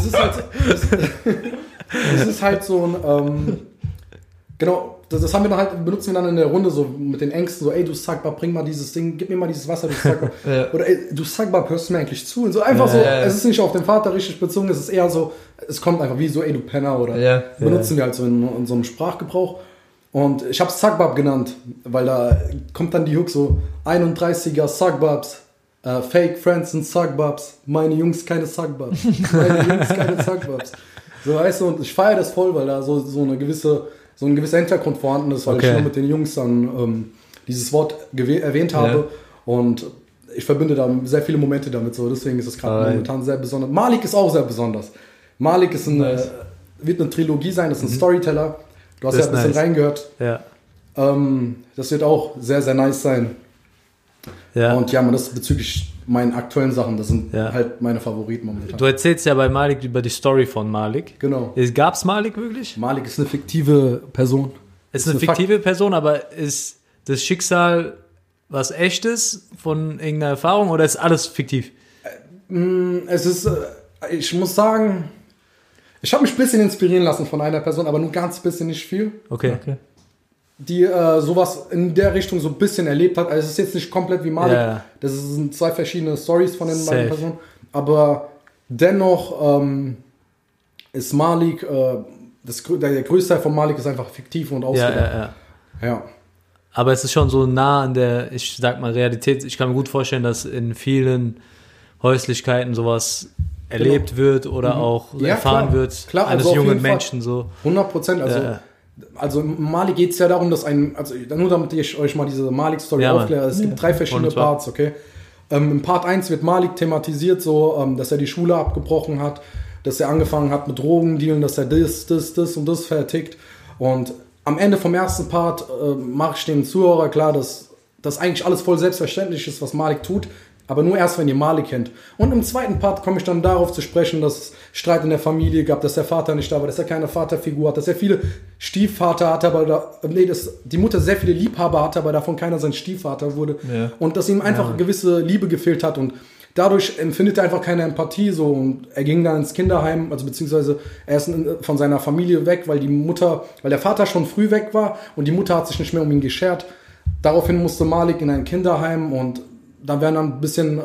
ist halt so ein... Genau, das haben wir dann halt, benutzen wir dann in der Runde so mit den Ängsten, so, ey, du Sagbab, bring mal dieses Ding, gib mir mal dieses Wasser, du Sagbab. Oder ey, du Sagbab, hörst du mir eigentlich zu? Und so einfach so, es ist nicht auf den Vater richtig bezogen, es ist eher so, es kommt einfach wie so, ey, du Penner, oder benutzen wir halt so in so einem Sprachgebrauch. Und ich habe es Sagbab genannt, weil da kommt dann die Hook so, 31er Sagbabs, Fake Friends und Sagbabs, meine Jungs keine Sagbabs, So, weißt du, und ich feiere das voll, weil da so ein gewisser Hintergrund vorhanden ist, weil ich nur mit den Jungs dann dieses Wort erwähnt habe und ich verbinde da sehr viele Momente damit, so deswegen ist es gerade momentan sehr besonders. Malik ist auch sehr besonders. Malik ist wird eine Trilogie sein, das ist ein Storyteller. Du hast ja ein bisschen reingehört. Ja. Das wird auch sehr, sehr nice sein. Ja. Und ja, man, das bezüglich meinen aktuellen Sachen, das sind halt meine Favoriten momentan. Du erzählst ja bei Malik über die Story von Malik. Genau. Gab es Malik wirklich? Malik ist eine fiktive Person. Es ist eine fiktive Person, aber ist das Schicksal was Echtes von irgendeiner Erfahrung oder ist alles fiktiv? Es ist, ich muss sagen, ich habe mich ein bisschen inspirieren lassen von einer Person, aber nur ganz bisschen, nicht viel. Okay. Die sowas in der Richtung so ein bisschen erlebt hat. Also es ist jetzt nicht komplett wie Malik. Ja. Das sind zwei verschiedene Stories von den beiden Personen. Aber dennoch ist Malik, der größte Teil von Malik ist einfach fiktiv und ausgedacht. Ja. Aber es ist schon so nah an der, ich sag mal, Realität. Ich kann mir gut vorstellen, dass in vielen Häuslichkeiten sowas erlebt wird oder auch erfahren wird eines jungen Menschen. So. 100%. Also Malik geht es ja darum, dass nur damit ich euch mal diese Malik-Story aufkläre, es gibt 3 verschiedene Parts, okay? Im Part 1 wird Malik thematisiert, so, dass er die Schule abgebrochen hat, dass er angefangen hat mit Drogendealen, dass er das und das vertickt. Und am Ende vom ersten Part mache ich dem Zuhörer klar, dass das eigentlich alles voll selbstverständlich ist, was Malik tut. Aber nur erst, wenn ihr Malik kennt. Und im zweiten Part komme ich dann darauf zu sprechen, dass es Streit in der Familie gab, dass der Vater nicht da war, dass er keine Vaterfigur hat, dass er viele Stiefvater hatte, aber die Mutter sehr viele Liebhaber hatte, aber davon keiner sein Stiefvater wurde. Ja. Und dass ihm einfach eine gewisse Liebe gefehlt hat und dadurch empfindet er einfach keine Empathie so und er ging dann ins Kinderheim, also beziehungsweise er ist von seiner Familie weg, weil der Vater schon früh weg war und die Mutter hat sich nicht mehr um ihn geschert. Daraufhin musste Malik in ein Kinderheim und da werden dann ein bisschen,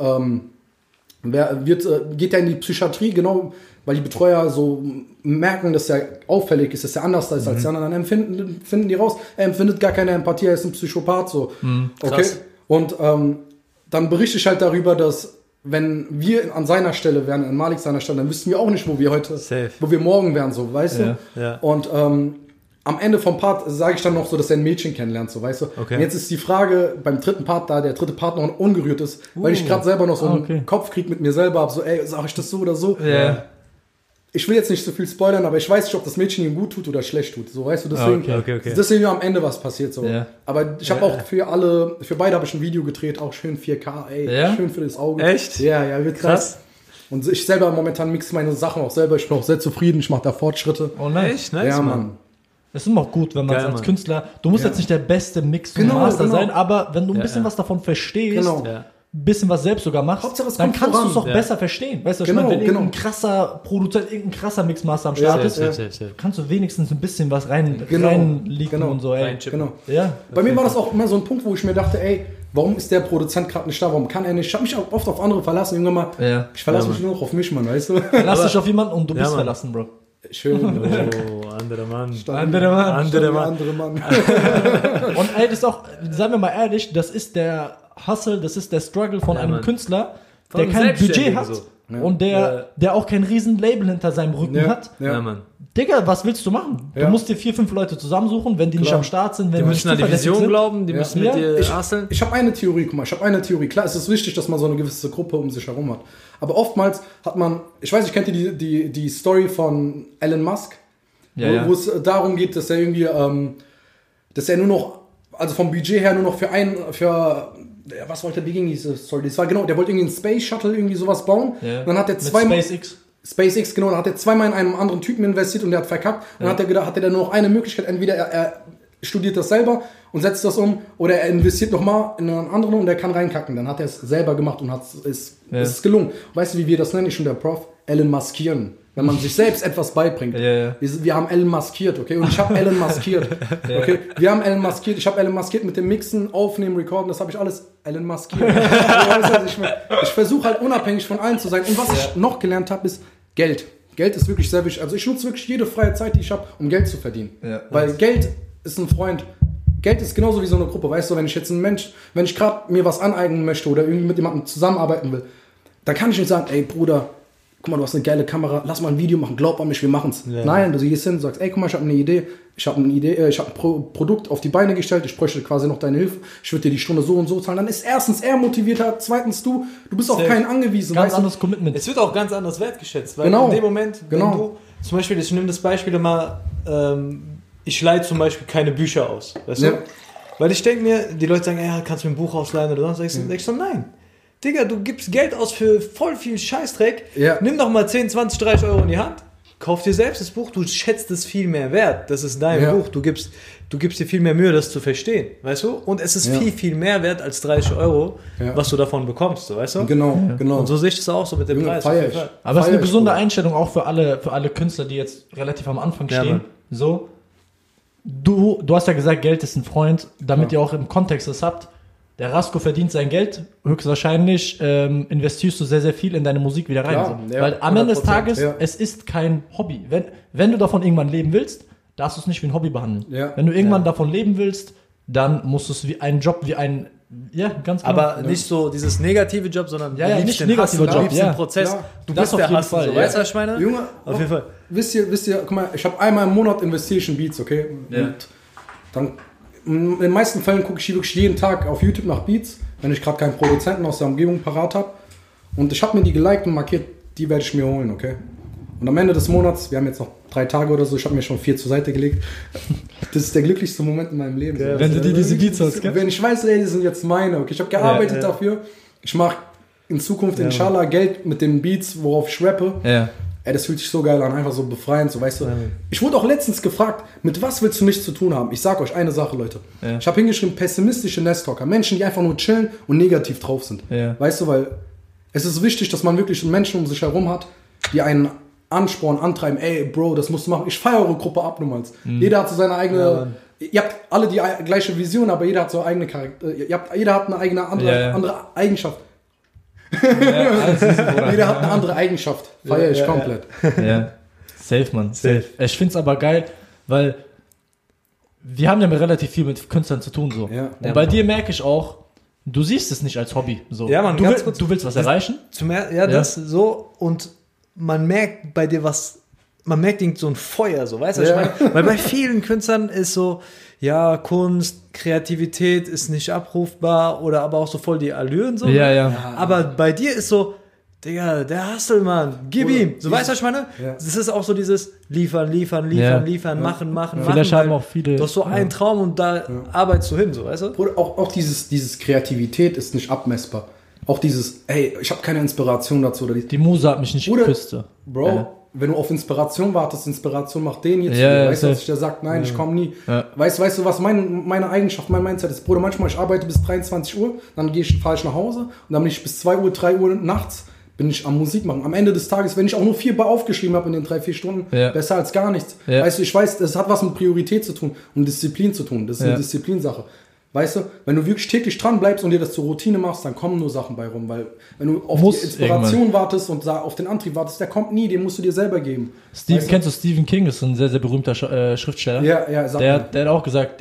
geht er in die Psychiatrie, genau, weil die Betreuer so merken, dass er auffällig ist, dass er anders ist als die anderen. Dann finden die raus, er empfindet gar keine Empathie, er ist ein Psychopath, so. Okay? Und dann berichte ich halt darüber, dass wenn wir an seiner Stelle wären, an Malik seiner Stelle, dann wüssten wir auch nicht, wo wir morgen wären, so, weißt du? Ja. Und am Ende vom Part sage ich dann noch so, dass er ein Mädchen kennenlernt, so, weißt du? Okay. Und jetzt ist die Frage beim dritten Part, da der dritte Part noch ungerührt ist, weil ich gerade selber noch so einen Kopfkrieg mit mir selber habe, so, ey, sag ich das so oder so? Ja. Ich will jetzt nicht so viel spoilern, aber ich weiß nicht, ob das Mädchen ihm gut tut oder schlecht tut, so, weißt du? Deswegen, deswegen am Ende was passiert, so. Ja. Aber ich habe auch für beide habe ich ein Video gedreht, auch schön 4K, ey, schön für das Auge. Echt? Ja, wird krass. Und ich selber momentan mixe meine Sachen auch selber, ich bin auch sehr zufrieden, ich mache da Fortschritte. Oh, nice, ja, Mann. Es ist immer gut, wenn man als Künstler, du musst jetzt nicht der beste Mix-Master sein, aber wenn du ein bisschen was davon verstehst, ein bisschen was selbst sogar machst, dann kannst du es auch besser verstehen. Weißt du, wenn irgendein krasser Produzent, irgendein krasser Mixmaster am Start ist, kannst du wenigstens ein bisschen was reinliegen und so. Ey. Genau. Ja, bei mir war das auch immer so ein Punkt, wo ich mir dachte, ey, warum ist der Produzent gerade nicht da? Warum kann er nicht? Ich habe mich auch oft auf andere verlassen. Irgendwann mal, ich verlasse mich nur noch auf mich, Mann, weißt du? Verlass dich auf jemanden und du bist verlassen, Bro. Schön. Oh, anderer Mann. Andere Mann. Und ey, das ist auch, sagen wir mal ehrlich, das ist der Hustle, das ist der Struggle von einem Künstler, der kein Budget hat und der auch kein riesen Label hinter seinem Rücken hat. Ja, Mann. Digga, was willst du machen? Du musst dir 4-5 Leute zusammensuchen, wenn die nicht am Start sind. Wenn die müssen an die Vision glauben, die müssen mit dir hustlen. Ich habe eine Theorie, Klar, es ist wichtig, dass man so eine gewisse Gruppe um sich herum hat. Aber oftmals hat man, ich weiß nicht, kennt ihr die Story von Elon Musk? Wo es darum geht, dass er irgendwie, dass er nur noch, also vom Budget her nur noch was wollte er, wie ging diese Story? Das war genau, der wollte irgendwie einen Space Shuttle, irgendwie sowas bauen. Und dann hat er SpaceX, genau, dann hat er zweimal in einen anderen Typen investiert und der hat verkackt. Und dann hat er gedacht, hat er dann nur noch eine Möglichkeit, entweder er studiert das selber und setzt das um oder er investiert nochmal in einen anderen und der kann reinkacken. Dann hat er es selber gemacht und es ist gelungen. Weißt du, wie wir das nennen? Ich und der Prof? Elon maskieren. Wenn man sich selbst etwas beibringt. Wir haben Elon maskiert, okay? Und ich habe Elon maskiert. Okay? Wir haben Elon maskiert. Ich habe Elon maskiert mit dem Mixen, Aufnehmen, Recorden. Das habe ich alles Elon maskiert. Also ich versuche halt unabhängig von allen zu sein. Und was ich noch gelernt habe, ist Geld. Geld ist wirklich sehr wichtig. Also ich nutze wirklich jede freie Zeit, die ich habe, um Geld zu verdienen. Ja. Weil Geld ist ein Freund. Geld ist genauso wie so eine Gruppe. Weißt du, wenn ich jetzt wenn ich gerade mir was aneignen möchte oder irgendwie mit jemandem zusammenarbeiten will, dann kann ich nicht sagen, ey Bruder, guck mal, du hast eine geile Kamera, lass mal ein Video machen, glaub an mich, wir machen's. Ja. Nein, du gehst hin und sagst, ey, guck mal, ich habe eine Idee, ich habe ein Produkt auf die Beine gestellt, ich bräuchte quasi noch deine Hilfe, ich würde dir die Stunde so und so zahlen. Dann ist erstens er motivierter, zweitens du bist auf keinen angewiesen. Ganz anderes Commitment. Es wird auch ganz anders wertgeschätzt, weil in dem Moment, wenn du, zum Beispiel, ich nehme das Beispiel mal, ich leihe zum Beispiel keine Bücher aus, weißt du? Weil ich denke mir, die Leute sagen, ja, kannst du mir ein Buch ausleihen oder sonst, sag ich so, nein. Digga, du gibst Geld aus für voll viel Scheißdreck, nimm doch mal 10, 20, 30 Euro in die Hand, kauf dir selbst das Buch, du schätzt es viel mehr wert, das ist dein Buch, du gibst dir viel mehr Mühe, das zu verstehen, weißt du? Und es ist viel, viel mehr wert als 30 Euro, was du davon bekommst, so, weißt du? Genau. Und so sehe ich das auch so mit dem Preis. Aber es ist eine gesunde Einstellung auch für alle Künstler, die jetzt relativ am Anfang stehen. So, du hast ja gesagt, Geld ist ein Freund, damit ihr auch im Kontext das habt. Der Rasko verdient sein Geld, höchstwahrscheinlich investierst du sehr, sehr viel in deine Musik wieder rein. Weil am Ende des Tages, es ist kein Hobby. Wenn du davon irgendwann leben willst, darfst du es nicht wie ein Hobby behandeln. Ja. Wenn du irgendwann davon leben willst, dann musst du es wie einen Job, ganz genau. Aber nicht so dieses negative Job, sondern nicht negativer Job, den Prozez. Du bist der Hustle, so. Weißt du, was ich meine? Junge, auf jeden Fall. Wisst ihr, guck mal, ich habe einmal im Monat investiere ich in Beats, okay? Und dann in den meisten Fällen gucke ich wirklich jeden Tag auf YouTube nach Beats, wenn ich gerade keinen Produzenten aus der Umgebung parat habe. Und ich habe mir die geliked und markiert, die werde ich mir holen, okay? Und am Ende des Monats, wir haben jetzt noch 3 Tage oder so, ich habe mir schon 4 zur Seite gelegt. Das ist der glücklichste Moment in meinem Leben. Ja, wenn du dir diese Beats hast, gell? Wenn ich weiß, ey, die sind jetzt meine, okay? Ich habe gearbeitet dafür. Ich mache in Zukunft inshallah Geld mit den Beats, worauf ich rappe. Ja. Ey, das fühlt sich so geil an, einfach so befreiend, so, weißt du. Ja. Ich wurde auch letztens gefragt, mit was willst du nichts zu tun haben? Ich sag euch eine Sache, Leute. Ja. Ich habe hingeschrieben, pessimistische Nesttalker. Menschen, die einfach nur chillen und negativ drauf sind. Ja. Weißt du, weil es ist wichtig, dass man wirklich Menschen um sich herum hat, die einen anspornen, antreiben. Ey, Bro, das musst du machen. Ich feiere eure Gruppe ab, nochmals. Jeder hat so seine eigene... Ihr habt alle die gleiche Vision, aber jeder hat so eigene Charakter... Jeder hat eine eigene andere Eigenschaft. Jeder hat eine andere Eigenschaft. Feiere ich komplett. Ja. Safe, Mann. Safe. Ich find's aber geil, weil wir haben ja relativ viel mit Künstlern zu tun. So. Ja. Und bei dir merke ich auch, du siehst es nicht als Hobby. So. Ja, Mann, du willst was erreichen? Das so. Und man merkt bei dir man merkt so ein Feuer, so, weißt du, was ich meine? Weil bei vielen Künstlern ist so, ja, Kunst, Kreativität ist nicht abrufbar oder aber auch so voll die Allüren so. Ja. Aber bei dir ist so, Digga, der Hustle, Mann, gib ihm. So, weißt du, was ich meine? Ja. Das ist auch so dieses liefern, machen. Vielleicht haben auch viele. Du hast so einen Traum und da arbeitest du hin, so, weißt du? Oder auch dieses Kreativität ist nicht abmessbar. Auch dieses, ey, ich habe keine Inspiration dazu. Oder die Muse hat mich nicht geküsst. Bro, wenn du auf Inspiration wartest, Inspiration macht den jetzt. Weißt du, was ich da sagt? Nein, ich komme nie. Ja. Weißt du, was meine Eigenschaft, mein Mindset ist? Bruder, manchmal ich arbeite bis 23 Uhr, dann fahre ich nach Hause und dann bin ich bis 2 Uhr, 3 Uhr nachts bin ich am Musik machen. Am Ende des Tages, wenn ich auch nur 4 Bar aufgeschrieben habe in den 3-4 Stunden, besser als gar nichts. Ja. Weißt du, ich weiß, das hat was mit Priorität zu tun und Disziplin zu tun. Das ist eine Disziplinsache. Weißt du, wenn du wirklich täglich dran bleibst und dir das zur Routine machst, dann kommen nur Sachen bei rum, weil wenn du auf die Inspiration wartest und auf den Antrieb wartest, der kommt nie, den musst du dir selber geben. Kennst du Stephen King, ist ein sehr, sehr berühmter Schriftsteller. Ja, der hat auch gesagt,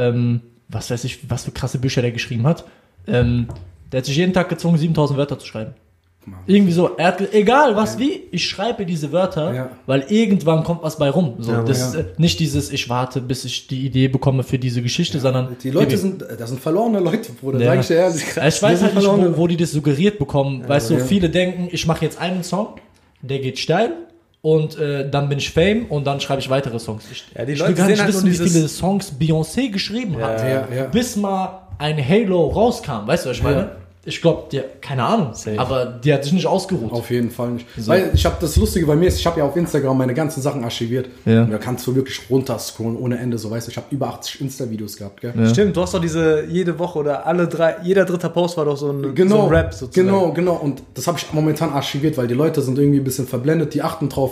was weiß ich, was für krasse Bücher der geschrieben hat, der hat sich jeden Tag gezwungen, 7000 Wörter zu schreiben. Irgendwie so, egal was wie, ich schreibe diese Wörter, weil irgendwann kommt was bei rum. So, das ist nicht dieses, ich warte, bis ich die Idee bekomme für diese Geschichte, sondern... Die Leute das sind verlorene Leute, Bruder, sag ich dir ehrlich. Ich weiß halt nicht, wo die das suggeriert bekommen. Weißt du, viele denken, ich mache jetzt einen Song, der geht steil und dann bin ich Fame und dann schreibe ich weitere Songs. Die Leute gar nicht wissen, wie viele Songs Beyoncé geschrieben hat, bis mal ein Halo rauskam. Weißt du, was ich meine? Ich glaube, keine Ahnung, aber die hat sich nicht ausgeruht. Auf jeden Fall nicht. So. Weil ich habe das Lustige bei mir ist, ich habe ja auf Instagram meine ganzen Sachen archiviert. Ja. Und da kannst du wirklich runterscrollen ohne Ende. So, weißt du, ich habe über 80 Insta-Videos gehabt. Gell? Ja. Stimmt, du hast doch jede Woche oder jeder dritte Post war doch so ein Rap sozusagen. Genau. Und das habe ich momentan archiviert, weil die Leute sind irgendwie ein bisschen verblendet. Die achten drauf,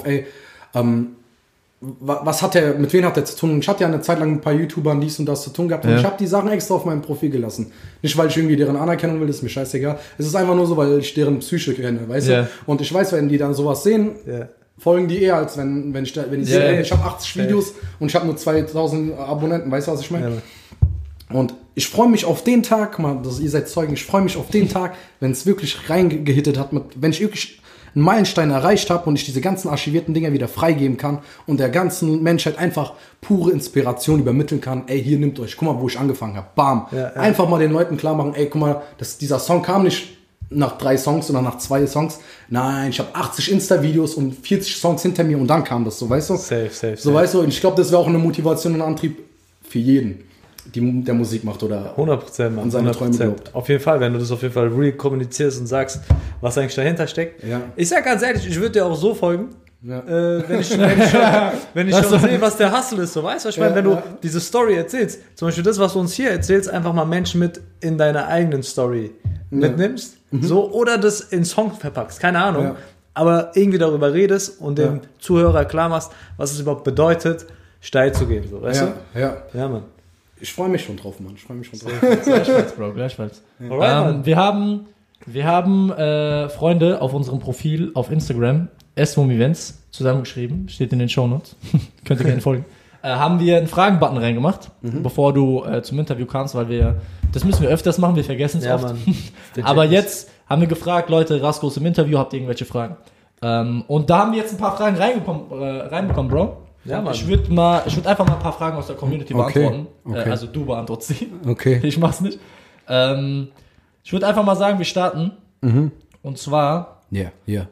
mit wem hat der zu tun? Und ich hatte ja eine Zeit lang mit ein paar YouTubern dies und das zu tun gehabt und ich habe die Sachen extra auf meinem Profil gelassen. Nicht, weil ich irgendwie deren Anerkennung will, das ist mir scheißegal. Es ist einfach nur so, weil ich deren Psyche kenne, weißt du? Und ich weiß, wenn die dann sowas sehen, folgen die eher, als wenn ich sehe, ich habe 80 Videos und ich habe nur 2000 Abonnenten, weißt du, was ich meine? Ja. Und ich freue mich auf den Tag, ihr seid Zeugen, ich freue mich auf den Tag, wenn es wirklich reingehittet hat, wenn ich wirklich einen Meilenstein erreicht habe und ich diese ganzen archivierten Dinger wieder freigeben kann und der ganzen Menschheit einfach pure Inspiration übermitteln kann. Ey, hier nimmt euch, guck mal, wo ich angefangen habe. Bam. Einfach mal den Leuten klar machen, ey, guck mal, dieser Song kam nicht nach 3 Songs oder nach 2 Songs. Nein, ich habe 80 Insta-Videos und 40 Songs hinter mir und dann kam das, so, weißt du? Safe. So, weißt du, und ich glaube, das wäre auch eine Motivation und ein Antrieb für jeden, der Musik macht oder 100%, Mann, an seine Träume glaubt. Auf jeden Fall, wenn du das auf jeden Fall real kommunizierst und sagst, was eigentlich dahinter steckt. Ja. Ich sag ganz ehrlich, ich würde dir auch so folgen, wenn ich schon sehe, was der Hustle ist, so, weißt du? Ich meine, wenn du diese Story erzählst, zum Beispiel das, was du uns hier erzählst, einfach mal Menschen mit in deiner eigenen Story mitnimmst, so, oder das in Songs verpackst, keine Ahnung, aber irgendwie darüber redest und dem Zuhörer klar machst, was es überhaupt bedeutet, steil zu gehen, so, weißt du? Ja, Mann. Ich freue mich schon drauf, Mann. Gleichfalls, Bro, gleichfalls. Ja. Wir haben Freunde auf unserem Profil auf Instagram, S-Mom-Events, zusammengeschrieben, steht in den Shownotes, könnt ihr gerne folgen. Haben wir einen Fragen-Button reingemacht, bevor du zum Interview kamst, weil das müssen wir öfters machen, wir vergessen es oft. Mann. Aber jetzt haben wir gefragt, Leute, Rasko ist im Interview, habt ihr irgendwelche Fragen? Und da haben wir jetzt ein paar Fragen reinbekommen, Bro. Ja, Mann. Ich würde einfach mal ein paar Fragen aus der Community beantworten. Okay. Also du beantwortest sie. Okay. Ich mach's nicht. Ich würde einfach mal sagen, wir starten. Und zwar... Ja.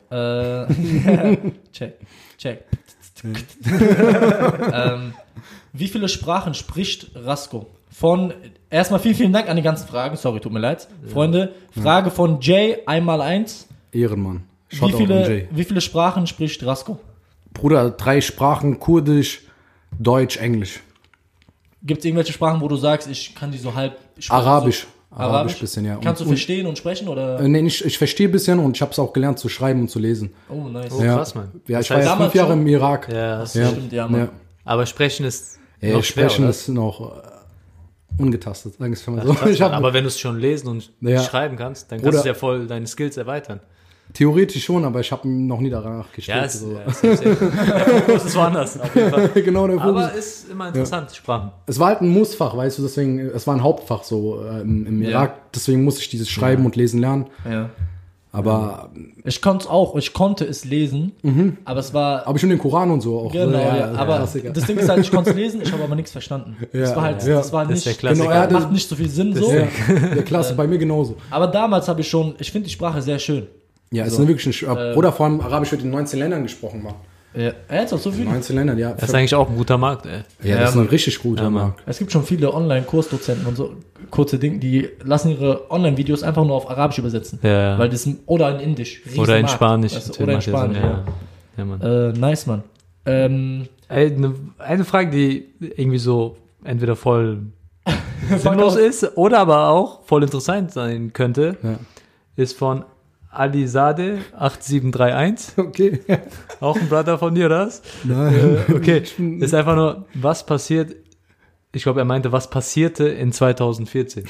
Check. Wie viele Sprachen spricht Rasko? Erstmal vielen Dank an die ganzen Fragen. Sorry, tut mir leid. Freunde, Frage von Jay, 1x1. Ehrenmann. Wie viele Sprachen spricht Rasko? Bruder, 3 Sprachen, Kurdisch, Deutsch, Englisch. Gibt es irgendwelche Sprachen, wo du sagst, ich kann die so halb... Arabisch. Arabisch bisschen, ja. Kannst du verstehen und sprechen, oder? Nee, ich verstehe ein bisschen und ich habe es auch gelernt zu schreiben und zu lesen. Oh, nice. Oh, krass, Mann. Ja, ich war ja 5 Jahre im Irak. Ja, das stimmt, ja, Mann. Ja. Aber Sprechen ist Ja, noch schwer, Sprechen oder? ist noch ungetastet, sagen wir es mal Ach, so. krass, Ich hab, aber wenn du es schon lesen und schreiben kannst, dann kannst du ja voll deine Skills erweitern. theoretisch schon, aber ich habe noch nie danach gestellt. Ja, so. der Fokus ist woanders, auf jeden Fall. Genau, der Fokus. Aber ist immer interessant, Sprachen. Es war halt ein Mussfach, weißt du, deswegen, es war ein Hauptfach so im Irak, deswegen musste ich dieses Schreiben und Lesen lernen. Ja. Aber Ich konnte es lesen, aber es war... habe ich schon den Koran und so auch. Genau, ja, aber Klassiker. das Ding ist halt, ich konnte es lesen, ich habe aber nichts verstanden. Das war halt, das war Das ist nicht, der Klassiker. Genau, macht nicht so viel Sinn so. Ja, der Klasse, bei mir genauso. Aber damals habe ich finde die Sprache sehr schön. Ja, es ist wirklich ein Oder vor allem Arabisch wird in 19 Ländern gesprochen, Mann. Ja, jetzt auch so viel. 19 Ländern, ja. Das ist eigentlich auch ein guter Markt, ey. Ja, das ist ein richtig guter Markt. Es gibt schon viele Online-Kursdozenten und so kurze Dinge, die lassen ihre Online-Videos einfach nur auf Arabisch übersetzen. Ja. Weil das, oder in Indisch. Oder in Markt, Spanisch. weißt du, oder in Spanisch, ja. Ja, Mann. Nice, Mann. Ey, eine Frage, die irgendwie so entweder voll sinnlos ist oder aber auch voll interessant sein könnte, ist von Alizade 8731. Okay. Auch ein Brother von dir, das? Nein. Okay. Ist einfach nur, was passiert, ich glaube, er meinte, was passierte in 2014?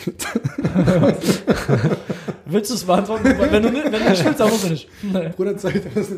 Willst du es beantworten? Wenn du nicht willst, dann musst du nicht. Bruder, 2000.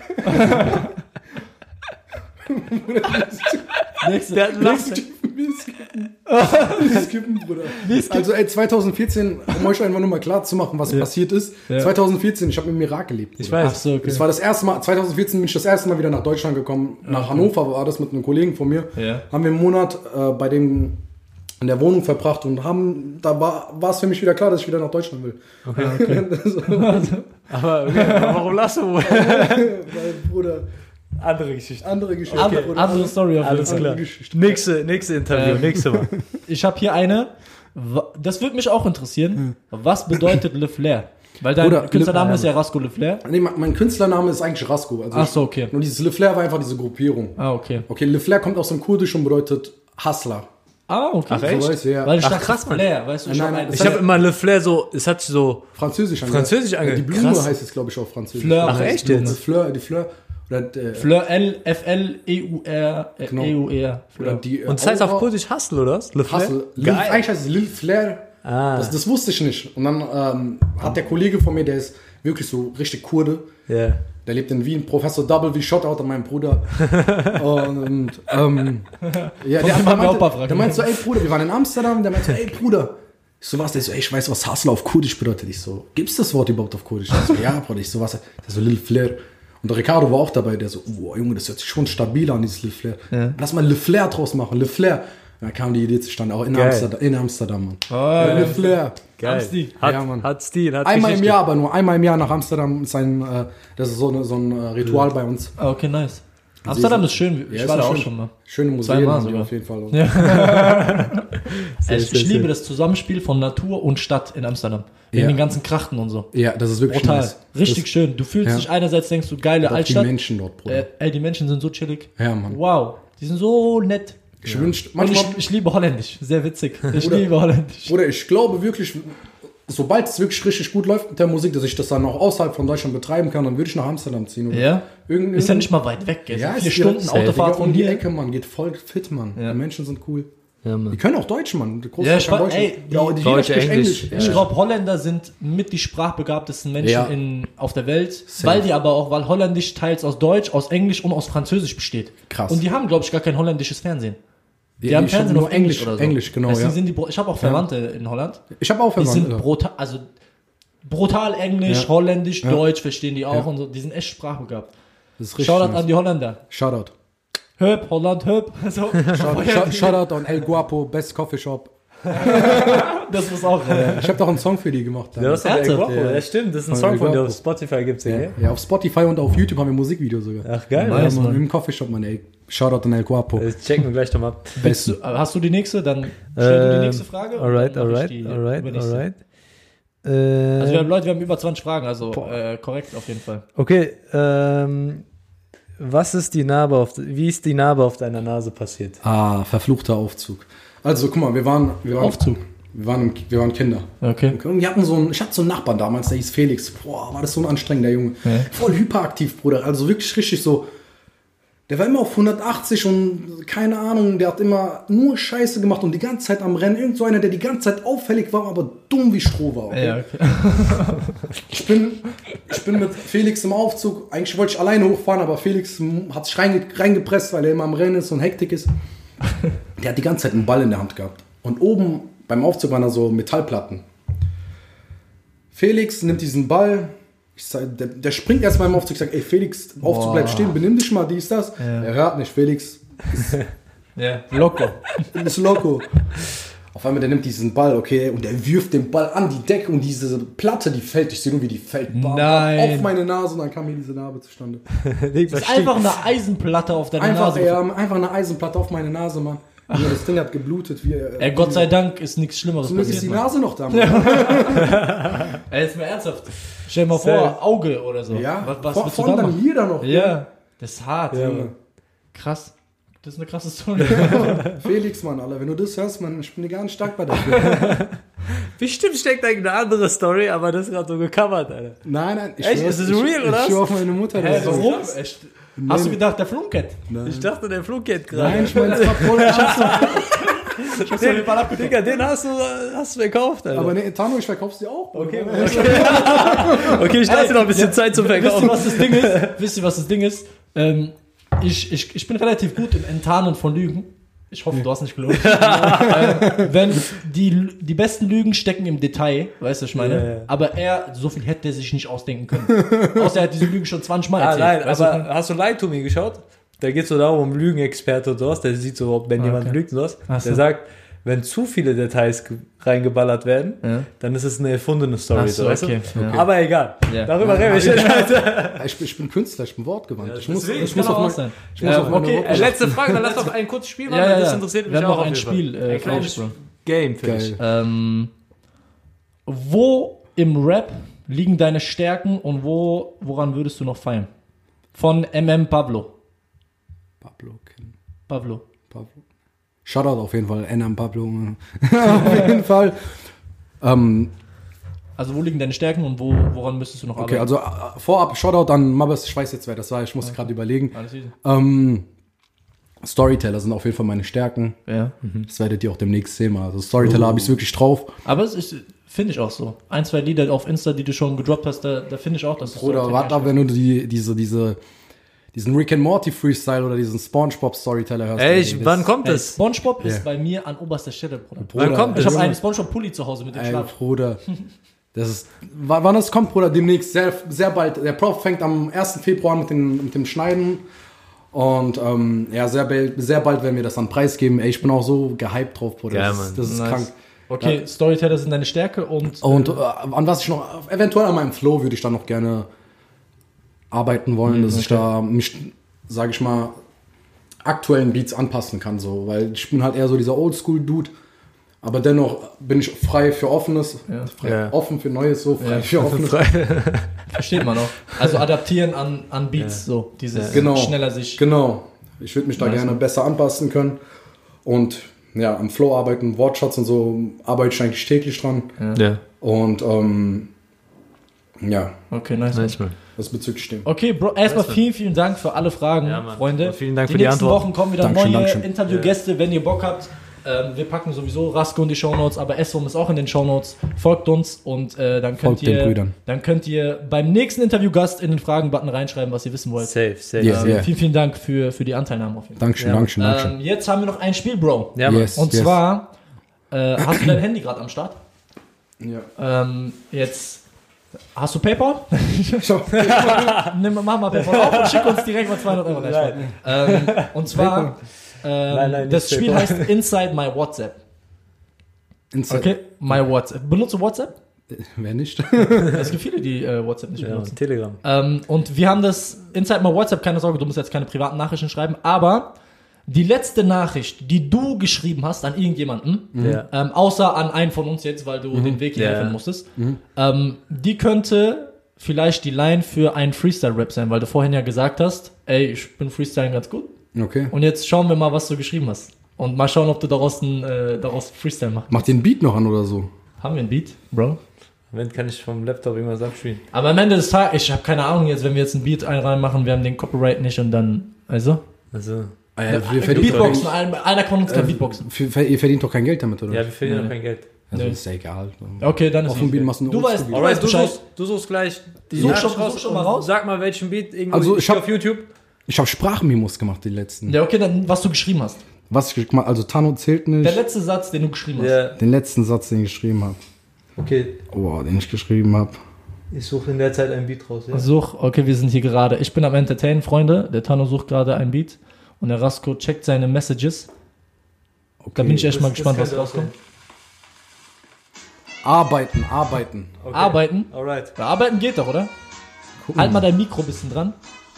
Nächste. Wir skippen, Bruder. Also 2014, um euch einfach nur mal klar zu machen, was passiert ist. 2014, ich habe im Irak gelebt. Bruder. Ich weiß. Ach so, okay. Das war das erste Mal, 2014 bin ich das erste Mal wieder nach Deutschland gekommen. Nach Hannover war das mit einem Kollegen von mir. Ja. Haben wir einen Monat bei dem in der Wohnung verbracht und da war es für mich wieder klar, dass ich wieder nach Deutschland will. Okay. So, Aber warum lachst du? weil, Bruder, Andere Geschichte. andere Geschichte. Andere Story auf jeden Alles Fall. klar. Geschichte. Nächste Interview, nächste Mal. Ich habe hier eine, das würde mich auch interessieren. Was bedeutet Le Flair? Weil dein Bruder, Künstlername ist ja Rasko Le Flair. Nee, mein Künstlername ist eigentlich Rasko. Also Ach so, okay. Nur dieses Le Flair war einfach diese Gruppierung. Ah, okay. Okay, Le Flair kommt aus dem Kurdischen und bedeutet Hustler. Ah, okay. Ach, echt? So weißt du, ja. Weil ich Ach, dachte, krass, Mann. Flair, weißt du, Nein, das Ich habe immer Le Flair so, es hat sich so Französisch Französisch Die angehört. Blume Krass. heißt es, glaube ich, auf Französisch. Fleur. Ach, echt jetzt? Die Fleur. Oder, Fleur, F-L-E-U-R, Genau. E-U-R. oder die, Und das heißt auf Aura- Kurdisch Hustle, oder? was? Le Flair? Hustle. Geil. Eigentlich heißt es Lil Flair. Ah. Das wusste ich nicht. Und dann hat der Kollege von mir, der ist wirklich so richtig Kurde. Ja. Der lebt in Wien, Professor Double wie Shoutout an meinen Bruder. und ja, der meint so, ey Bruder, wir waren in Amsterdam, der meint so, ey Bruder. Ich so, was? Der so, ey, ich weiß, was Hustle auf Kurdisch bedeutet. Ich so, gibt's das Wort überhaupt auf Kurdisch? Ich so, ja, Bruder, ich so, was? Der so, Lil Flair. Und der Ricardo war auch dabei, der so, oh Junge, das hört sich schon stabiler an, dieses Le Flair. Ja. Lass mal Le Flair draus machen, Le Flair. Da kam die Idee zustande, auch in Amsterdam, Mann. ja. Le Flair. Geil. Stil. Ja, Mann. Hat Stil, hat Einmal im Geschichte. Jahr, aber nur einmal im Jahr nach Amsterdam ist das ist so ein Ritual bei uns. Ah, okay, nice. Amsterdam ist schön, ich Ja, war ist da auch schön. schon mal. Schöne Museen Zweimal haben die sogar. auf jeden Fall. Ich liebe das Zusammenspiel von Natur und Stadt in Amsterdam. Wegen Ja. den ganzen Krachten und so. Ja, das ist wirklich Brutal. nice. Richtig schön. Du fühlst Ja. dich einerseits, denkst du, geile Auch die Altstadt. Menschen dort, Bruder. Ey, die Menschen sind so chillig. Ja, Mann. Wow, die sind so nett. Ich wünschte, Und manchmal, ich liebe Holländisch. Sehr witzig. Ich Bruder. liebe Holländisch. Bruder, ich glaube wirklich, sobald es wirklich richtig gut läuft mit der Musik, dass ich das dann auch außerhalb von Deutschland betreiben kann, dann würde ich nach Amsterdam ziehen. Oder Ja? irgendwie- Ist ja nicht mal weit weg, gell? Ja, So 4 ist Stunden direkt- Autofahrt um von die hier. Ecke, Mann. Geht voll fit, Mann. Ja. Die Menschen sind cool. Ja, Die Mann. können auch Deutsch, Mann. Der Ja, ich Großteil kann weiß, ey, die jeder Deutsche, spricht Englisch. Ich glaube, Holländer sind mit die sprachbegabtesten Menschen Ja. auf der Welt, Safe. weil Holländisch teils aus Deutsch, aus Englisch und aus Französisch besteht. Krass. Und die haben, glaube ich, gar kein holländisches Fernsehen. Die Ja, haben ich hab Fernsehen nur auf Englisch oder so. Englisch, genau, Deswegen ja. sind ich habe auch Verwandte in Holland. Ich habe auch Die sind Verwandte. brutal Englisch, Ja. Holländisch, Ja. Deutsch verstehen die auch Ja. und so. Die sind echt sprachbegabt. Das ist richtig Shoutout nice. an die Holländer. Shoutout. Höp, Holland, höp. So. Shoutout an El Guapo, Best Coffee Shop. Das ist auch. Ich habe doch einen Song für die gemacht. Ja, das ist Ernsthaft? El Guapo. Ja, stimmt. Das ist ein Von Song El von dir Guapo. auf Spotify, gibt's den, gell? Ja, auf Spotify und auf YouTube haben wir ein Musikvideo sogar. Ach, geil. Nice, Ja, Mann, Mann. im Coffeeshop, Mann, ey. Shoutout an El Guapo. Das checken wir gleich nochmal ab. Hast du die nächste? Dann stell du die nächste Frage. Alright. Also wir haben über 20 Fragen, also korrekt auf jeden Fall. Okay, wie ist die Narbe auf deiner Nase passiert? Verfluchter Aufzug. Also guck mal, wir waren Aufzug? Wir waren Kinder. Okay. Und ich hatte so einen Nachbarn damals, der hieß Felix. Boah, war das so ein anstrengender Junge. Ja. Voll hyperaktiv, Bruder. Also wirklich richtig so. Der war immer auf 180 und keine Ahnung, der hat immer nur Scheiße gemacht und die ganze Zeit am Rennen. Irgend so einer, der die ganze Zeit auffällig war, aber dumm wie Stroh war. Okay? Ja, okay. Ich bin mit Felix im Aufzug. Eigentlich wollte ich alleine hochfahren, aber Felix hat sich reingepresst, weil er immer am Rennen ist und Hektik ist. Der hat die ganze Zeit einen Ball in der Hand gehabt. Und oben beim Aufzug waren da so Metallplatten. Felix nimmt diesen Ball. Der springt erstmal im Aufzug. Ich sage, ey Felix, Aufzug bleibt stehen, benimm dich mal, dies, das. Ja. Er hört nicht, Felix ist Loco. Ist loco. Auf einmal, der nimmt diesen Ball, okay, und der wirft den Ball an die Decke und diese Platte, die fällt, ich sehe nur, wie die fällt, auf meine Nase und dann kam hier diese Narbe zustande. Das ist einfach eine Eisenplatte auf deiner Nase. Ja, einfach eine Eisenplatte auf meine Nase, Mann. Ja, das Ding hat geblutet. Gott sei Dank ist nichts Schlimmeres passiert. Ist die Nase noch da, Mann. Ey, jetzt mal ernsthaft. Stell dir mal vor, Auge oder so. Ja, was von dann hier da noch. Ja, das ist hart. Ja. Krass. Das ist eine krasse Story. Felix, Mann, Alter, wenn du das hörst, Mann, ich bin dir gar nicht dankbar dafür. Bestimmt steckt eigentlich eine andere Story, aber das ist gerade so gecovert, Alter. Nein, echt? Ist es real, oder? Ich schwör auf meine Mutter. Warum? Echt? Hast du gedacht, der Flunket? Nein. Ich dachte, der Flunket gerade. Nein, ich meine, das war voll Ich hab's auf jeden Fall abgedeckt. Digga, den hast du verkauft, Alter. Aber ne, Tano, ich verkauf's dir auch. Okay, ich lasse dir noch ein bisschen Zeit zum Verkaufen. Wisst ihr, was das Ding ist? Ich bin relativ gut im Enttarnen von Lügen. Ich hoffe, du hast nicht gelogen. Wenn die besten Lügen stecken im Detail, weißt du, ich meine. Ja. Aber so viel hätte er sich nicht ausdenken können. Außer er hat diese Lügen schon 20 Mal erzählt. Nein, aber hast du Lie to Me geschaut? Da geht es so darum, Lügenexperte und sowas. Der sieht so, ob wenn jemand lügt und sowas. Der sagt, wenn zu viele Details reingeballert werden, dann ist es eine erfundene Story. So, weißt du? Okay. Aber egal. Ja. Darüber reden wir nicht. Ich bin Künstler, ich bin wortgewandt. Ja, ich muss auf okay, letzte Frage, dann lass doch ein kurzes Spiel machen, das interessiert mich auch. Wir haben noch ein Spiel. Ein kleines Game für dich. Wo im Rap liegen deine Stärken und woran würdest du noch feiern? Von Pablo. Pablo. Shoutout auf jeden Fall, Pablo. Auf jeden Fall. Also wo liegen deine Stärken und woran müsstest du noch arbeiten? Okay, also vorab Shoutout an Mabes, ich weiß jetzt, wer das war, ich muss gerade überlegen. Storyteller sind auf jeden Fall meine Stärken. Ja. Das werdet ihr auch demnächst sehen. Also Storyteller habe ich wirklich drauf. Aber es ist, finde ich auch so. 1, 2 Lieder auf Insta, die du schon gedroppt hast, da finde ich auch, dass es Oder warte ab, wenn du diesen Rick and Morty Freestyle oder diesen SpongeBob Storyteller hörst. Ey, wann kommt das? SpongeBob ist bei mir an oberster Stelle, Bruder. Wann kommt das? Ich habe einen SpongeBob-Pulli zu Hause mit dem Schlaf. Bruder. Das ist, wann das kommt, Bruder, demnächst, sehr, sehr bald. Der Prof fängt am 1. Februar mit dem Schneiden. Und sehr bald werden wir das dann preisgeben. Ey, ich bin auch so gehypt drauf, Bruder. Ja, das ist krank. Okay, Storyteller sind deine Stärke und an was ich noch, eventuell an meinem Flow würde ich dann noch gerne arbeiten wollen, dass ich da mich, sage ich mal, aktuellen Beats anpassen kann, so, weil ich bin halt eher so dieser Oldschool-Dude, aber dennoch bin ich frei für Offenes, offen für Neues, so, frei für Offenes. Versteht man auch. Also adaptieren an Beats, so, dieses schneller sich. Genau, ich würde mich da gerne besser anpassen können und am Flow arbeiten, Wortschatz und so, arbeite ich eigentlich täglich dran. Ja. Und Okay, nice. Das bezüglich dem. Okay, Bro, erstmal vielen Dank für alle Fragen, Freunde. Vielen Dank für die Antwort. Die nächsten Wochen kommen wieder neue Interviewgäste, wenn ihr Bock habt. Wir packen sowieso Rasko in die Shownotes, aber SWOM ist auch in den Shownotes. Folgt uns und dann könnt ihr beim nächsten Interviewgast in den Fragen-Button reinschreiben, was ihr wissen wollt. Safe. Vielen Dank für die Anteilnahme auf jeden Fall. Dankeschön. Jetzt haben wir noch ein Spiel, Bro. Ja, und zwar hast du dein Handy gerade am Start? Ja. Jetzt hast du PayPal? Mach mal PayPal auf und schick uns direkt mal 200 Euro. Und zwar, das Spiel heißt Inside My WhatsApp. Okay, My WhatsApp. Benutzt du WhatsApp? Wer nicht? Es gibt viele, die WhatsApp nicht benutzen. Telegram. Und wir haben das Inside mal WhatsApp, keine Sorge, du musst jetzt keine privaten Nachrichten schreiben, aber die letzte Nachricht, die du geschrieben hast an irgendjemanden, außer an einen von uns jetzt, weil du den Weg hierher finden musstest, die könnte vielleicht die Line für einen Freestyle-Rap sein, weil du vorhin ja gesagt hast, ey, ich bin Freestylen ganz gut. Okay. Und jetzt schauen wir mal, was du geschrieben hast. Und mal schauen, ob du daraus Freestyle machst. Mach den Beat noch an oder so. Haben wir einen Beat, Bro? Wenn kann ich vom Laptop irgendwas abspielen. Aber am Ende des Tages, ich habe keine Ahnung jetzt, wenn wir jetzt einen Beat reinmachen, wir haben den Copyright nicht und dann, also? Beatboxen, einer von uns kann Beatboxen. Ihr verdient doch kein Geld damit, oder? Ja, wir verdienen doch kein Geld. Also ist ja egal. Okay, dann ist auf dem Beat machst du weißt Bescheid. Du suchst gleich die Such schon mal raus. Sag mal, welchen Beat irgendwo also ich auf YouTube. Ich habe Sprachmemos gemacht, die letzten. Ja, okay, dann was du geschrieben hast. Was ich gemacht, also Tano zählt nicht. Der letzte Satz, den du geschrieben hast. Ja. Den letzten Satz, den ich geschrieben habe. Okay. Oh, den ich geschrieben habe. Ich suche in der Zeit einen Beat raus. Ja? Okay, wir sind hier gerade. Ich bin am Entertainen, Freunde. Der Tano sucht gerade einen Beat. Und der Rasko checkt seine Messages. Okay. Da bin ich echt mal gespannt, was rauskommt. Arbeiten. Okay. Arbeiten? Alright. Ja, arbeiten geht doch, oder? Halt mal dein Mikro ein bisschen dran.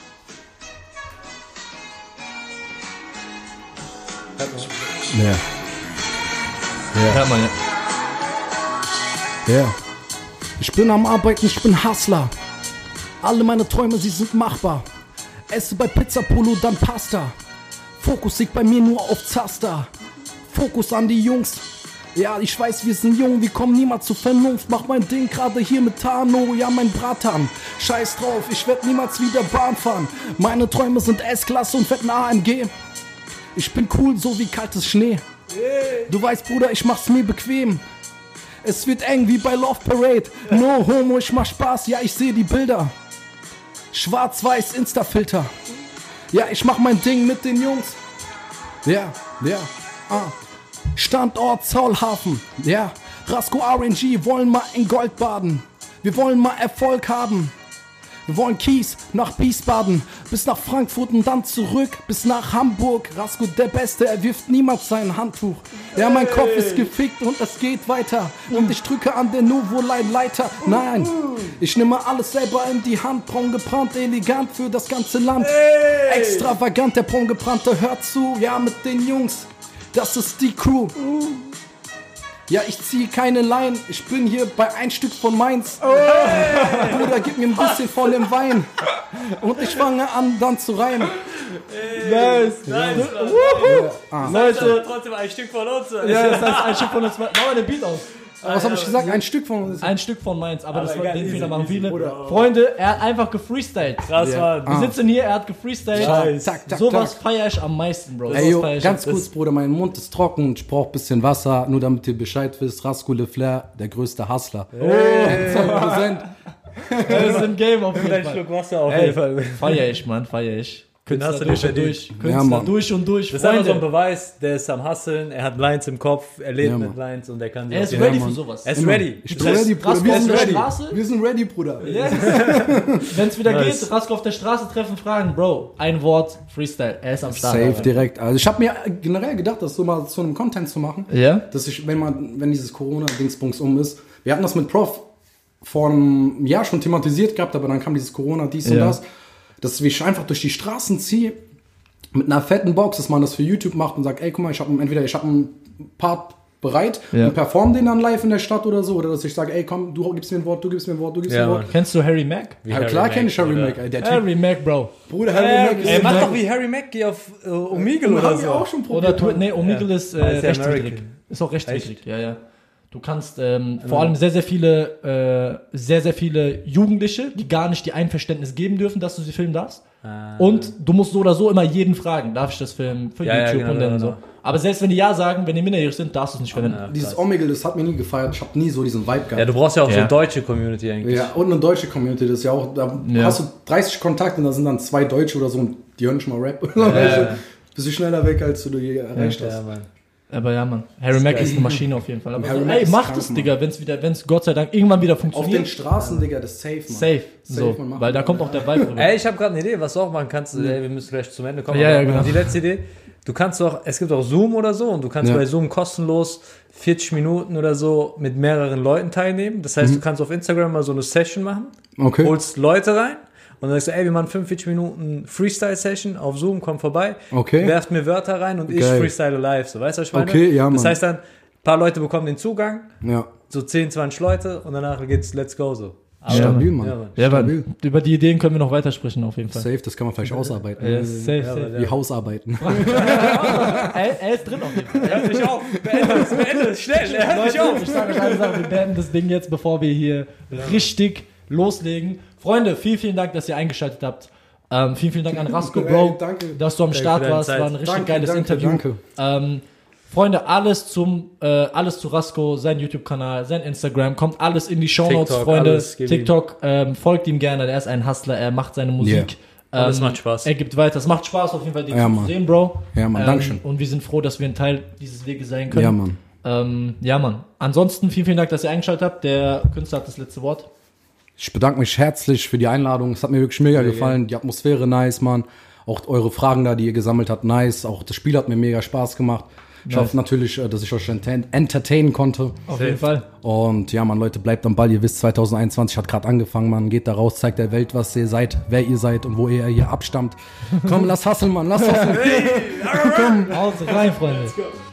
Ja. Hör mal, ja. Ja. Ich bin am Arbeiten, ich bin Hustler. Alle meine Träume, sie sind machbar. Esse bei Pizza Polo, dann Pasta. Fokus liegt bei mir nur auf Zaster. Fokus an die Jungs. Ja, ich weiß, wir sind jung, wir kommen niemals zur Vernunft. Mach mein Ding gerade hier mit Tano, ja mein Bratan. Scheiß drauf, ich werd niemals wieder Bahn fahren. Meine Träume sind S-Klasse und fetten AMG. Ich bin cool, so wie kaltes Schnee. Du weißt, Bruder, ich mach's mir bequem. Es wird eng wie bei Love Parade. No homo, ich mach Spaß, ja, ich sehe die Bilder. Schwarz-Weiß Insta-Filter. Ja, ich mach mein Ding mit den Jungs. Ja. Standort Zollhafen. Ja, Rasko RNG wollen mal in Gold baden. Wir wollen mal Erfolg haben. Wir wollen Kies nach Wiesbaden, bis nach Frankfurt und dann zurück bis nach Hamburg. Rasko der Beste, er wirft niemals sein Handtuch. Ja, mein Kopf ist gefickt und es geht weiter. Und ich drücke an der Novo-Leiter. Nein, ich nehme alles selber in die Hand. Braun gebrannt, elegant für das ganze Land. Extravagant, der braun gebrannte hört zu. Ja, mit den Jungs, das ist die Crew. Ja, ich ziehe keine Line, ich bin hier bei ein Stück von Mainz. Bruder, gib mir ein bisschen von dem Wein. Und ich fange an, dann zu reimen. Nice. Leute, trotzdem ein Stück von uns. Ja, das heißt ein Stück von uns. Mach mal den Beat aus. Was habe ich gesagt? Ein Stück von uns. Ein Stück von Mainz, aber das war den Fehler machen viele. Freunde, er hat einfach gefreestylt. Krass, Mann. Wir sitzen hier, er hat gefreestylt. Sowas feiere ich am meisten, Bro. Ey, yo, ganz kurz, Bruder, mein Mund ist trocken, ich brauche ein bisschen Wasser, nur damit ihr Bescheid wisst. Rasko Le Flair, der größte Hustler. Präsent. Das ist ein Game auf jeden Ein Fall. Schluck Wasser auf jeden Fall. Feier ich, Mann, feier ich. Künstler Künstler durch und durch. Künstler durch und durch. Das ist einfach so ein Beweis, der ist am Hustlen, er hat Lines im Kopf, er lebt mit Lines und er kann sie. Er ist ready für sowas. Er ist ready. Ich bin ready, Bruder. Wir sind ready, Bruder. Yes. Wenn es wieder geht, Rasko auf der Straße treffen, fragen, Bro, ein Wort, Freestyle, er ist am Start. Safe direkt. Also ich habe mir generell gedacht, das so mal zu einem Content zu machen. Ja? Dass ich, wenn dieses Corona-Dingsbums ist, wir hatten das mit Prof vor einem Jahr schon thematisiert gehabt, aber dann kam dieses Corona, dies und das, dass ich einfach durch die Straßen ziehe, mit einer fetten Box, dass man das für YouTube macht und sagt, ey, guck mal, ich habe einen Part bereit und perform den dann live in der Stadt oder so, oder dass ich sage, ey, komm, du gibst mir ein Wort, du gibst mir ein Wort, du gibst mir ein Wort. Kennst du Harry Mack? Ja, klar kenne ich Harry Mack. Harry Mack, Bro. Bruder, Harry Mack ist... Ey, mach doch wie Harry Mack, geh auf Omegle oder so. Auch schon probiert. Omegle ist rechtswidrig. Ist auch rechtswidrig, ja. Du kannst vor allem sehr, sehr viele Jugendliche, die gar nicht die Einverständnis geben dürfen, dass du sie filmen darfst. Und du musst so oder so immer jeden fragen, darf ich das filmen für YouTube genau, und dann so. Aber selbst wenn die ja sagen, wenn die minderjährig sind, darfst du es nicht verwenden. Dieses Omegle, das hat mir nie gefeiert. Ich habe nie so diesen Vibe gehabt. Ja, du brauchst ja auch so eine deutsche Community eigentlich. Ja, und eine deutsche Community, das ist ja auch, da hast du 30 Kontakte und da sind dann 2 Deutsche oder so und die hören schon mal Rap. Bist du schneller weg, als du je erreicht hast. Ja, Mann. Aber ja, Mann. Harry Mack ist eine Maschine auf jeden Fall. Aber Harry ey, mach das, Digga, wenn's Gott sei Dank irgendwann wieder funktioniert. Auf den Straßen, Digga, das ist safe, Mann. Safe. So, weil da kommt auch der Vibe rüber. Ey, ich habe gerade eine Idee, was du auch machen kannst. Ey, wir müssen gleich zum Ende kommen. Ja, genau. Die letzte Idee. du kannst auch, es gibt auch Zoom oder so und du kannst bei Zoom kostenlos 40 Minuten oder so mit mehreren Leuten teilnehmen. Das heißt, du kannst auf Instagram mal so eine Session machen, holst Leute rein und dann sagst du, ey, wir machen 45 Minuten Freestyle-Session auf Zoom, komm vorbei, werft mir Wörter rein und ich freestyle live. So, weißt du, was ich meine? Okay, ja, Mann. Das heißt dann, ein paar Leute bekommen den Zugang, ja. so 10, 20 Leute und danach geht's let's go so. Stabil, Mann. Ja, stabil. Über die Ideen können wir noch weitersprechen auf jeden Fall. Safe, das kann man vielleicht ausarbeiten. Ja, safe. Wie Hausarbeiten. Er ist drin auf jeden Fall. Er hört mich auf. Beende es schnell. Er hört mich auf. Ich sage euch eine Sache, wir beenden das Ding jetzt, bevor wir hier richtig loslegen. Freunde, vielen Dank, dass ihr eingeschaltet habt. Vielen Dank an Rasko, Bro, dass du am Start warst. War ein richtig geiles Interview. Danke. Freunde, alles zu Rasko, sein YouTube-Kanal, sein Instagram, kommt alles in die Shownotes, Freunde. TikTok, folgt ihm gerne, er ist ein Hustler, er macht seine Musik. Das macht Spaß. Er gibt weiter, es macht Spaß auf jeden Fall, dich zu sehen, Bro. Ja, Mann, Dankeschön. Und wir sind froh, dass wir ein Teil dieses Weges sein können. Ja, Mann. Ansonsten vielen Dank, dass ihr eingeschaltet habt. Der Künstler hat das letzte Wort. Ich bedanke mich herzlich für die Einladung. Es hat mir wirklich mega gefallen. Die Atmosphäre nice, Mann. Auch eure Fragen da, die ihr gesammelt habt, nice. Auch das Spiel hat mir mega Spaß gemacht. Ich hoffe natürlich, dass ich euch entertainen konnte. Auf jeden Fall. Und ja, Mann, Leute, bleibt am Ball. Ihr wisst, 2021 hat gerade angefangen, Mann. Geht da raus, zeigt der Welt, was ihr seid, wer ihr seid und wo ihr hier abstammt. Komm, lass hustlen, Mann, lass hustlen. Komm, haut rein, Freunde. Let's go.